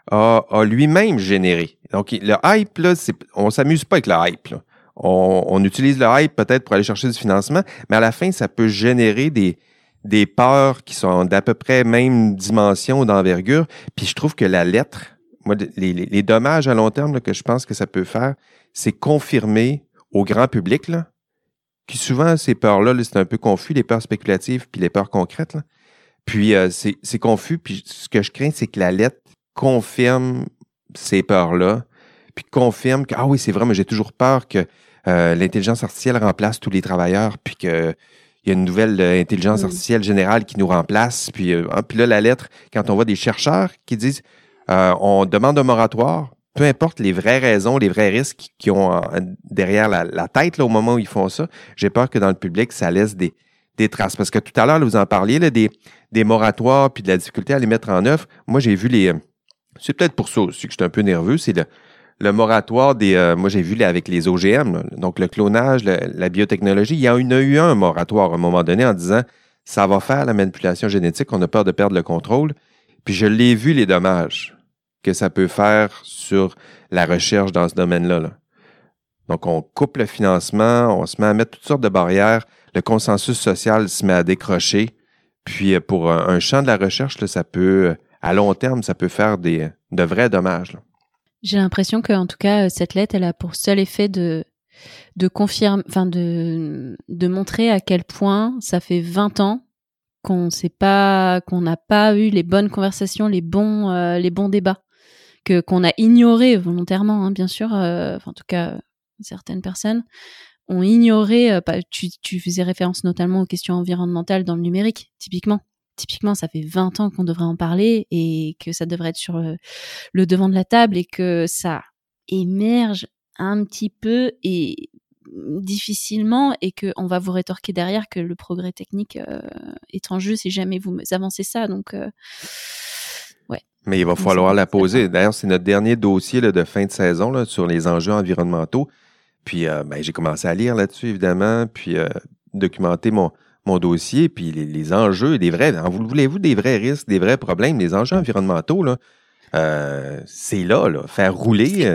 a lui-même généré. Donc le hype, là, on s'amuse pas avec le hype. Là. On utilise le hype peut-être pour aller chercher du financement, mais à la fin, ça peut générer des peurs qui sont d'à peu près même dimension d'envergure. Puis je trouve que la lettre, moi, les dommages à long terme là, que je pense que ça peut faire, c'est confirmer au grand public là, que souvent, ces peurs-là, là, c'est un peu confus, les peurs spéculatives puis les peurs concrètes. Là. Puis, c'est confus. Puis, ce que je crains, c'est que la lettre confirme ces peurs-là, puis confirme que, ah oui, c'est vrai, mais j'ai toujours peur que l'intelligence artificielle remplace tous les travailleurs, puis que il y a une nouvelle intelligence artificielle générale qui nous remplace. Puis là, la lettre, quand on voit des chercheurs qui disent on demande un moratoire, peu importe les vraies raisons, les vrais risques qu'ils ont derrière la tête là, au moment où ils font ça, j'ai peur que dans le public, ça laisse des traces. Parce que tout à l'heure, là, vous en parliez, là, des moratoires puis de la difficulté à les mettre en œuvre. Moi, j'ai vu c'est peut-être pour ça aussi que j'étais un peu nerveux, c'est le moratoire moi, j'ai vu avec les OGM, là, donc le clonage, la biotechnologie. Il y en a eu un moratoire à un moment donné en disant ça va faire la manipulation génétique, on a peur de perdre le contrôle. Puis je l'ai vu, les dommages que ça peut faire sur la recherche dans ce domaine-là. Là. Donc, on coupe le financement, on se met à mettre toutes sortes de barrières, le consensus social se met à décrocher. Puis, pour un champ de la recherche, là, ça peut, à long terme, ça peut faire de vrais dommages. Là. J'ai l'impression que, en tout cas, cette lettre, elle a pour seul effet de confirmer, enfin, de montrer à quel point ça fait 20 ans qu'on n'a pas eu les bonnes conversations, les bons débats, qu'on a ignoré volontairement, hein, bien sûr. En tout cas, certaines personnes ont ignoré. Tu faisais référence notamment aux questions environnementales dans le numérique, typiquement. Typiquement, ça fait 20 ans qu'on devrait en parler et que ça devrait être sur le devant de la table et que ça émerge un petit peu et difficilement et qu'on va vous rétorquer derrière que le progrès technique est en jeu si jamais vous avancez ça. Donc, ouais. Mais il va falloir la poser. D'ailleurs, c'est notre dernier dossier là, de fin de saison là, sur les enjeux environnementaux. Puis, j'ai commencé à lire là-dessus, évidemment, puis documenter mon mon dossier, puis les enjeux, voulez-vous des vrais risques, des vrais problèmes, des enjeux environnementaux, là, c'est là, faire rouler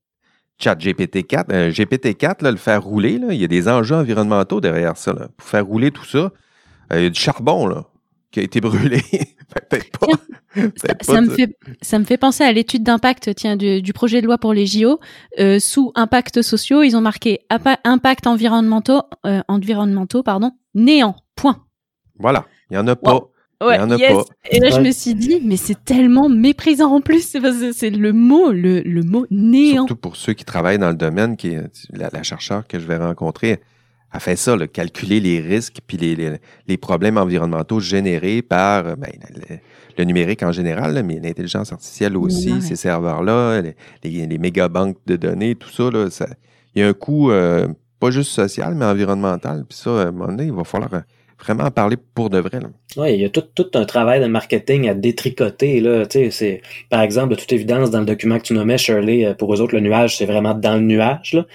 GPT-4, GPT-4, là, le faire rouler, là, il y a des enjeux environnementaux derrière ça. Là. Pour faire rouler tout ça, il y a du charbon là, qui a été brûlé. Peut-être pas. Ça me fait penser à l'étude d'impact du projet de loi pour les JO. Sous impacts sociaux, ils ont marqué impact environnementaux, néant. Point. Voilà, il n'y en a pas. Wow. Ouais, il y en a pas. Et là, je me suis dit, mais c'est tellement méprisant en plus. C'est le mot néant. Surtout pour ceux qui travaillent dans le domaine, la chercheure que je vais rencontrer a fait ça, calculer les risques puis les problèmes environnementaux générés par le numérique en général, mais l'intelligence artificielle aussi, ces serveurs-là, les mégabanques de données, tout ça, il y a un coût pas juste social, mais environnemental. Puis ça, à un moment donné, il va falloir vraiment en parler pour de vrai. Oui, il y a tout un travail de marketing à détricoter. Là. C'est, par exemple, de toute évidence, dans le document que tu nommais, Shirley, pour eux autres, le nuage, c'est vraiment dans le nuage. Là.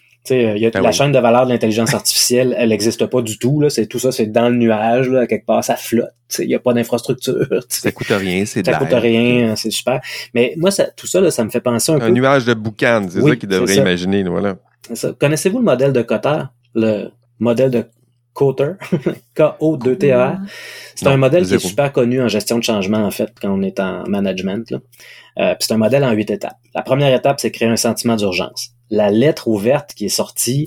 Il y a la chaîne de valeur de l'intelligence artificielle, elle n'existe pas du tout. Là. Tout ça, c'est dans le nuage, là, quelque part, ça flotte. Il n'y a pas d'infrastructure. Ça coûte rien, c'est de l'air. Ça coûte rien, c'est super. Mais moi, tout ça, là, ça me fait penser un peu... Un nuage de boucan, c'est ça qu'ils devraient imaginer. Voilà. Ça. Connaissez-vous le modèle de Cotter? Le modèle de Cotter, K-O-2-T-E-R. C'est un modèle qui est super connu en gestion de changement, en fait, quand on est en management. Là. Puis c'est un modèle en 8 étapes. La première étape, c'est créer un sentiment d'urgence. La lettre ouverte qui est sortie,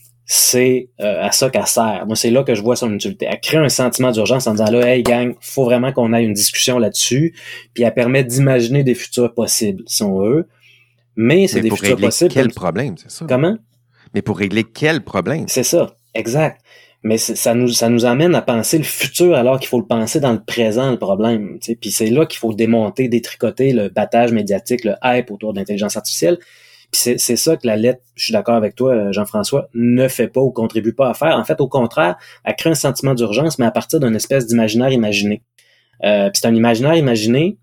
c'est à ça qu'elle sert. Moi, c'est là que je vois son utilité. Elle crée un sentiment d'urgence en disant là, hey gang, faut vraiment qu'on ait une discussion là-dessus. Puis elle permet d'imaginer des futurs possibles, si on veut. Mais c'est des futurs possibles. Quel problème, c'est ça? Comment? Mais pour régler quel problème? C'est ça, exact. Mais ça nous amène à penser le futur alors qu'il faut le penser dans le présent, le problème. T'sais. Puis c'est là qu'il faut démonter, détricoter le battage médiatique, le hype autour de l'intelligence artificielle. Puis c'est ça que la lettre, je suis d'accord avec toi, Jean-François, ne fait pas ou contribue pas à faire. En fait, au contraire, elle crée un sentiment d'urgence, mais à partir d'une espèce d'imaginaire imaginé. Puis c'est un imaginaire imaginé,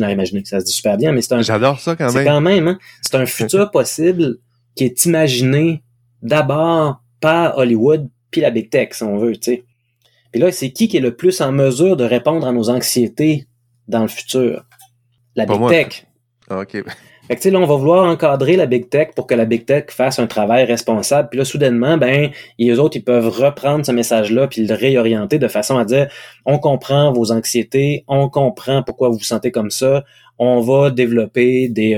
ça se dit super bien, mais c'est un... J'adore ça quand même. C'est quand même, hein. C'est un futur possible qui est imaginé d'abord par Hollywood puis la Big Tech, si on veut, tu sais. Puis là, c'est qui est le plus en mesure de répondre à nos anxiétés dans le futur? La Big Tech. OK. Fait que, tu sais, là, on va vouloir encadrer la Big Tech pour que la Big Tech fasse un travail responsable. Puis là, soudainement, les autres, ils peuvent reprendre ce message-là puis le réorienter de façon à dire, on comprend vos anxiétés, on comprend pourquoi vous vous sentez comme ça, on va développer des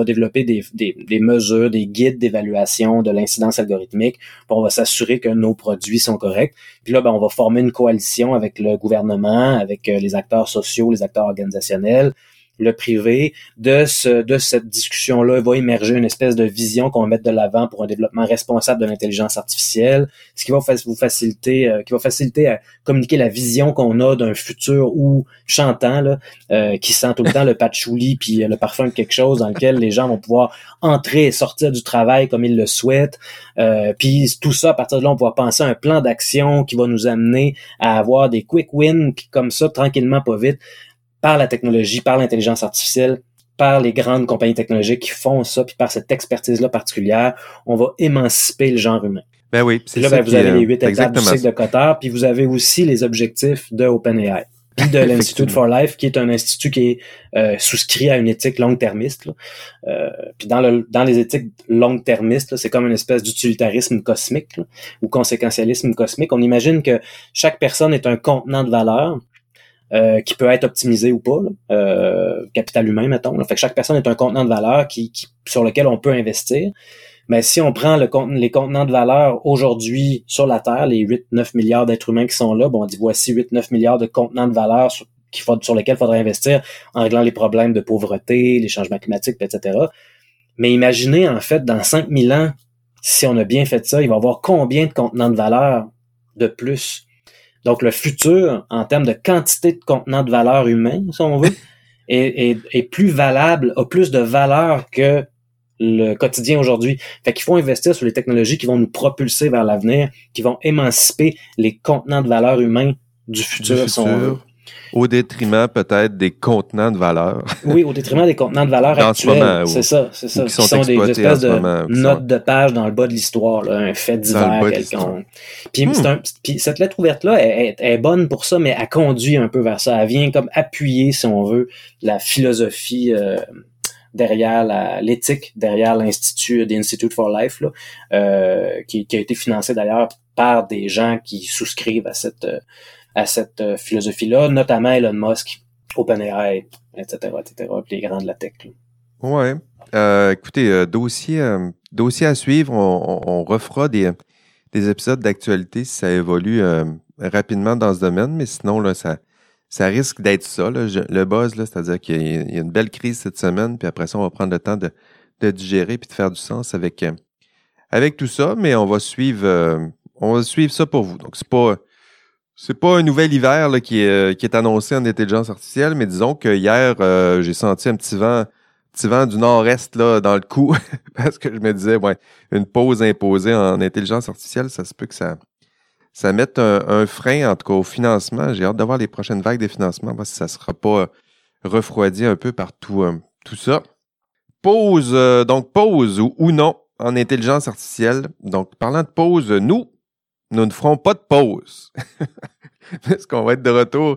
mesures, des guides d'évaluation de l'incidence algorithmique, puis on va s'assurer que nos produits sont corrects. Puis là, on va former une coalition avec le gouvernement, avec les acteurs sociaux, les acteurs organisationnels, le privé. De cette discussion-là va émerger une espèce de vision qu'on va mettre de l'avant pour un développement responsable de l'intelligence artificielle, ce qui va vous faciliter, à communiquer la vision qu'on a d'un futur où chantant, là, qui sent tout le temps le patchouli puis le parfum de quelque chose dans lequel les gens vont pouvoir entrer et sortir du travail comme ils le souhaitent. Puis tout ça, à partir de là, on va penser à un plan d'action qui va nous amener à avoir des quick wins, puis comme ça, tranquillement, pas vite, par la technologie, par l'intelligence artificielle, par les grandes compagnies technologiques qui font ça, puis par cette expertise-là particulière, on va émanciper le genre humain. Ben oui, c'est là, ça. Vous avez les 8 étapes du cycle de Cotter, puis vous avez aussi les objectifs de OpenAI, puis de l'Institute for Life, qui est un institut qui est souscrit à une éthique long-termiste. Puis dans les éthiques long-termistes, c'est comme une espèce d'utilitarisme cosmique, là, ou conséquentialisme cosmique. On imagine que chaque personne est un contenant de valeur, qui peut être optimisé ou pas, capital humain, mettons. Là. Fait que chaque personne est un contenant de valeur sur lequel on peut investir. Mais si on prend les contenants de valeur aujourd'hui sur la Terre, les 8-9 milliards d'êtres humains qui sont là, on dit voici 8-9 milliards de contenants de valeur sur lesquels il faudrait investir en réglant les problèmes de pauvreté, les changements climatiques, etc. Mais imaginez, en fait, dans 5000 ans, si on a bien fait ça, il va y avoir combien de contenants de valeur de plus? Donc, le futur, en termes de quantité de contenants de valeur humain, si on veut, est plus valable, a plus de valeur que le quotidien aujourd'hui. Fait qu'il faut investir sur les technologies qui vont nous propulser vers l'avenir, qui vont émanciper les contenants de valeur humains du futur, si on veut. Au détriment peut-être des contenants de valeur. Oui, au détriment des contenants de valeur actuels. C'est ça. Qui sont des espèces de notes de page dans le bas de l'histoire, là, un fait divers quelconque. Puis cette lettre ouverte-là est bonne pour ça, mais elle conduit un peu vers ça. Elle vient comme appuyer, si on veut, la philosophie derrière l'éthique, derrière l'Institut, The Institute for Life, là, qui a été financé d'ailleurs par des gens qui souscrivent à cette philosophie-là, notamment Elon Musk, OpenAI, etc., puis les grands de la tech. Là. Ouais. Écoutez, dossier à suivre. On refera des épisodes d'actualité si ça évolue rapidement dans ce domaine, mais sinon, là, ça risque d'être ça, là, le buzz, là, c'est-à-dire qu'il y a une belle crise cette semaine, puis après ça, on va prendre le temps de digérer puis de faire du sens avec tout ça, mais on va suivre ça pour vous. Donc, c'est pas un nouvel hiver là, qui est annoncé en intelligence artificielle, mais disons que hier, j'ai senti un petit vent du nord-est là, dans le cou, parce que je me disais, une pause imposée en intelligence artificielle, ça se peut que ça mette un frein, en tout cas, au financement. J'ai hâte de voir les prochaines vagues de financement, voir si ça ne sera pas refroidi un peu par tout ça. Pause ou non en intelligence artificielle. Donc, parlant de pause, nous ne ferons pas de pause. Parce qu'on va être de retour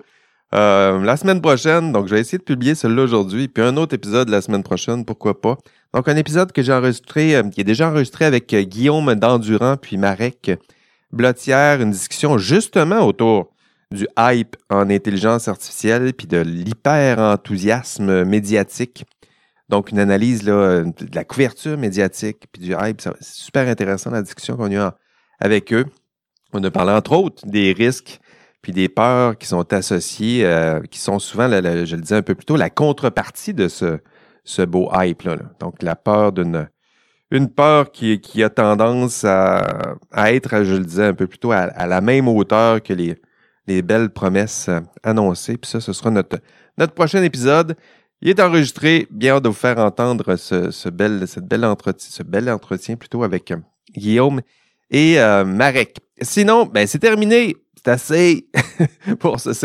la semaine prochaine. Donc, je vais essayer de publier celui-là aujourd'hui. Puis un autre épisode la semaine prochaine, pourquoi pas. Donc, un épisode que j'ai enregistré, qui est déjà enregistré avec Guillaume Dandurand puis Marek Blottière, une discussion justement autour du hype en intelligence artificielle puis de l'hyper-enthousiasme médiatique. Donc, une analyse là, de la couverture médiatique puis du hype. C'est super intéressant la discussion qu'on a eue avec eux. On a parlé entre autres des risques puis des peurs qui sont associées, qui sont souvent, je le disais un peu plus tôt, la contrepartie de ce beau hype-là. Donc, la peur une peur qui a tendance à être, je le disais un peu plus tôt, à la même hauteur que les belles promesses annoncées. Puis ça, ce sera notre prochain épisode. Il est enregistré. Bien hâte de vous faire entendre ce bel entretien plutôt avec Guillaume et Marek. Sinon, c'est terminé. C'est assez pour ce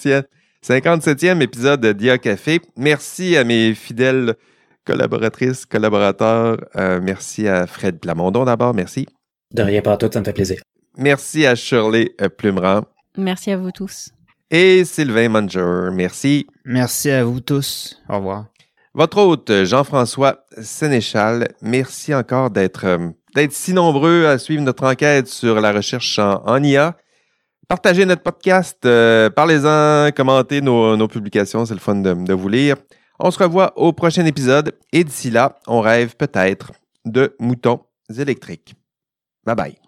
57e épisode de Dia Café. Merci à mes fidèles collaboratrices, collaborateurs. Merci à Fred Plamondon d'abord. Merci. De rien, pas tout, ça me fait plaisir. Merci à Shirley Plumerand. Merci à vous tous. Et Sylvain Munger. Merci. Merci à vous tous. Au revoir. Votre hôte, Jean-François Sénéchal. Merci encore d'être si nombreux à suivre notre enquête sur la recherche en IA. Partagez notre podcast, parlez-en, commentez nos publications, c'est le fun de vous lire. On se revoit au prochain épisode et d'ici là, on rêve peut-être de moutons électriques. Bye bye.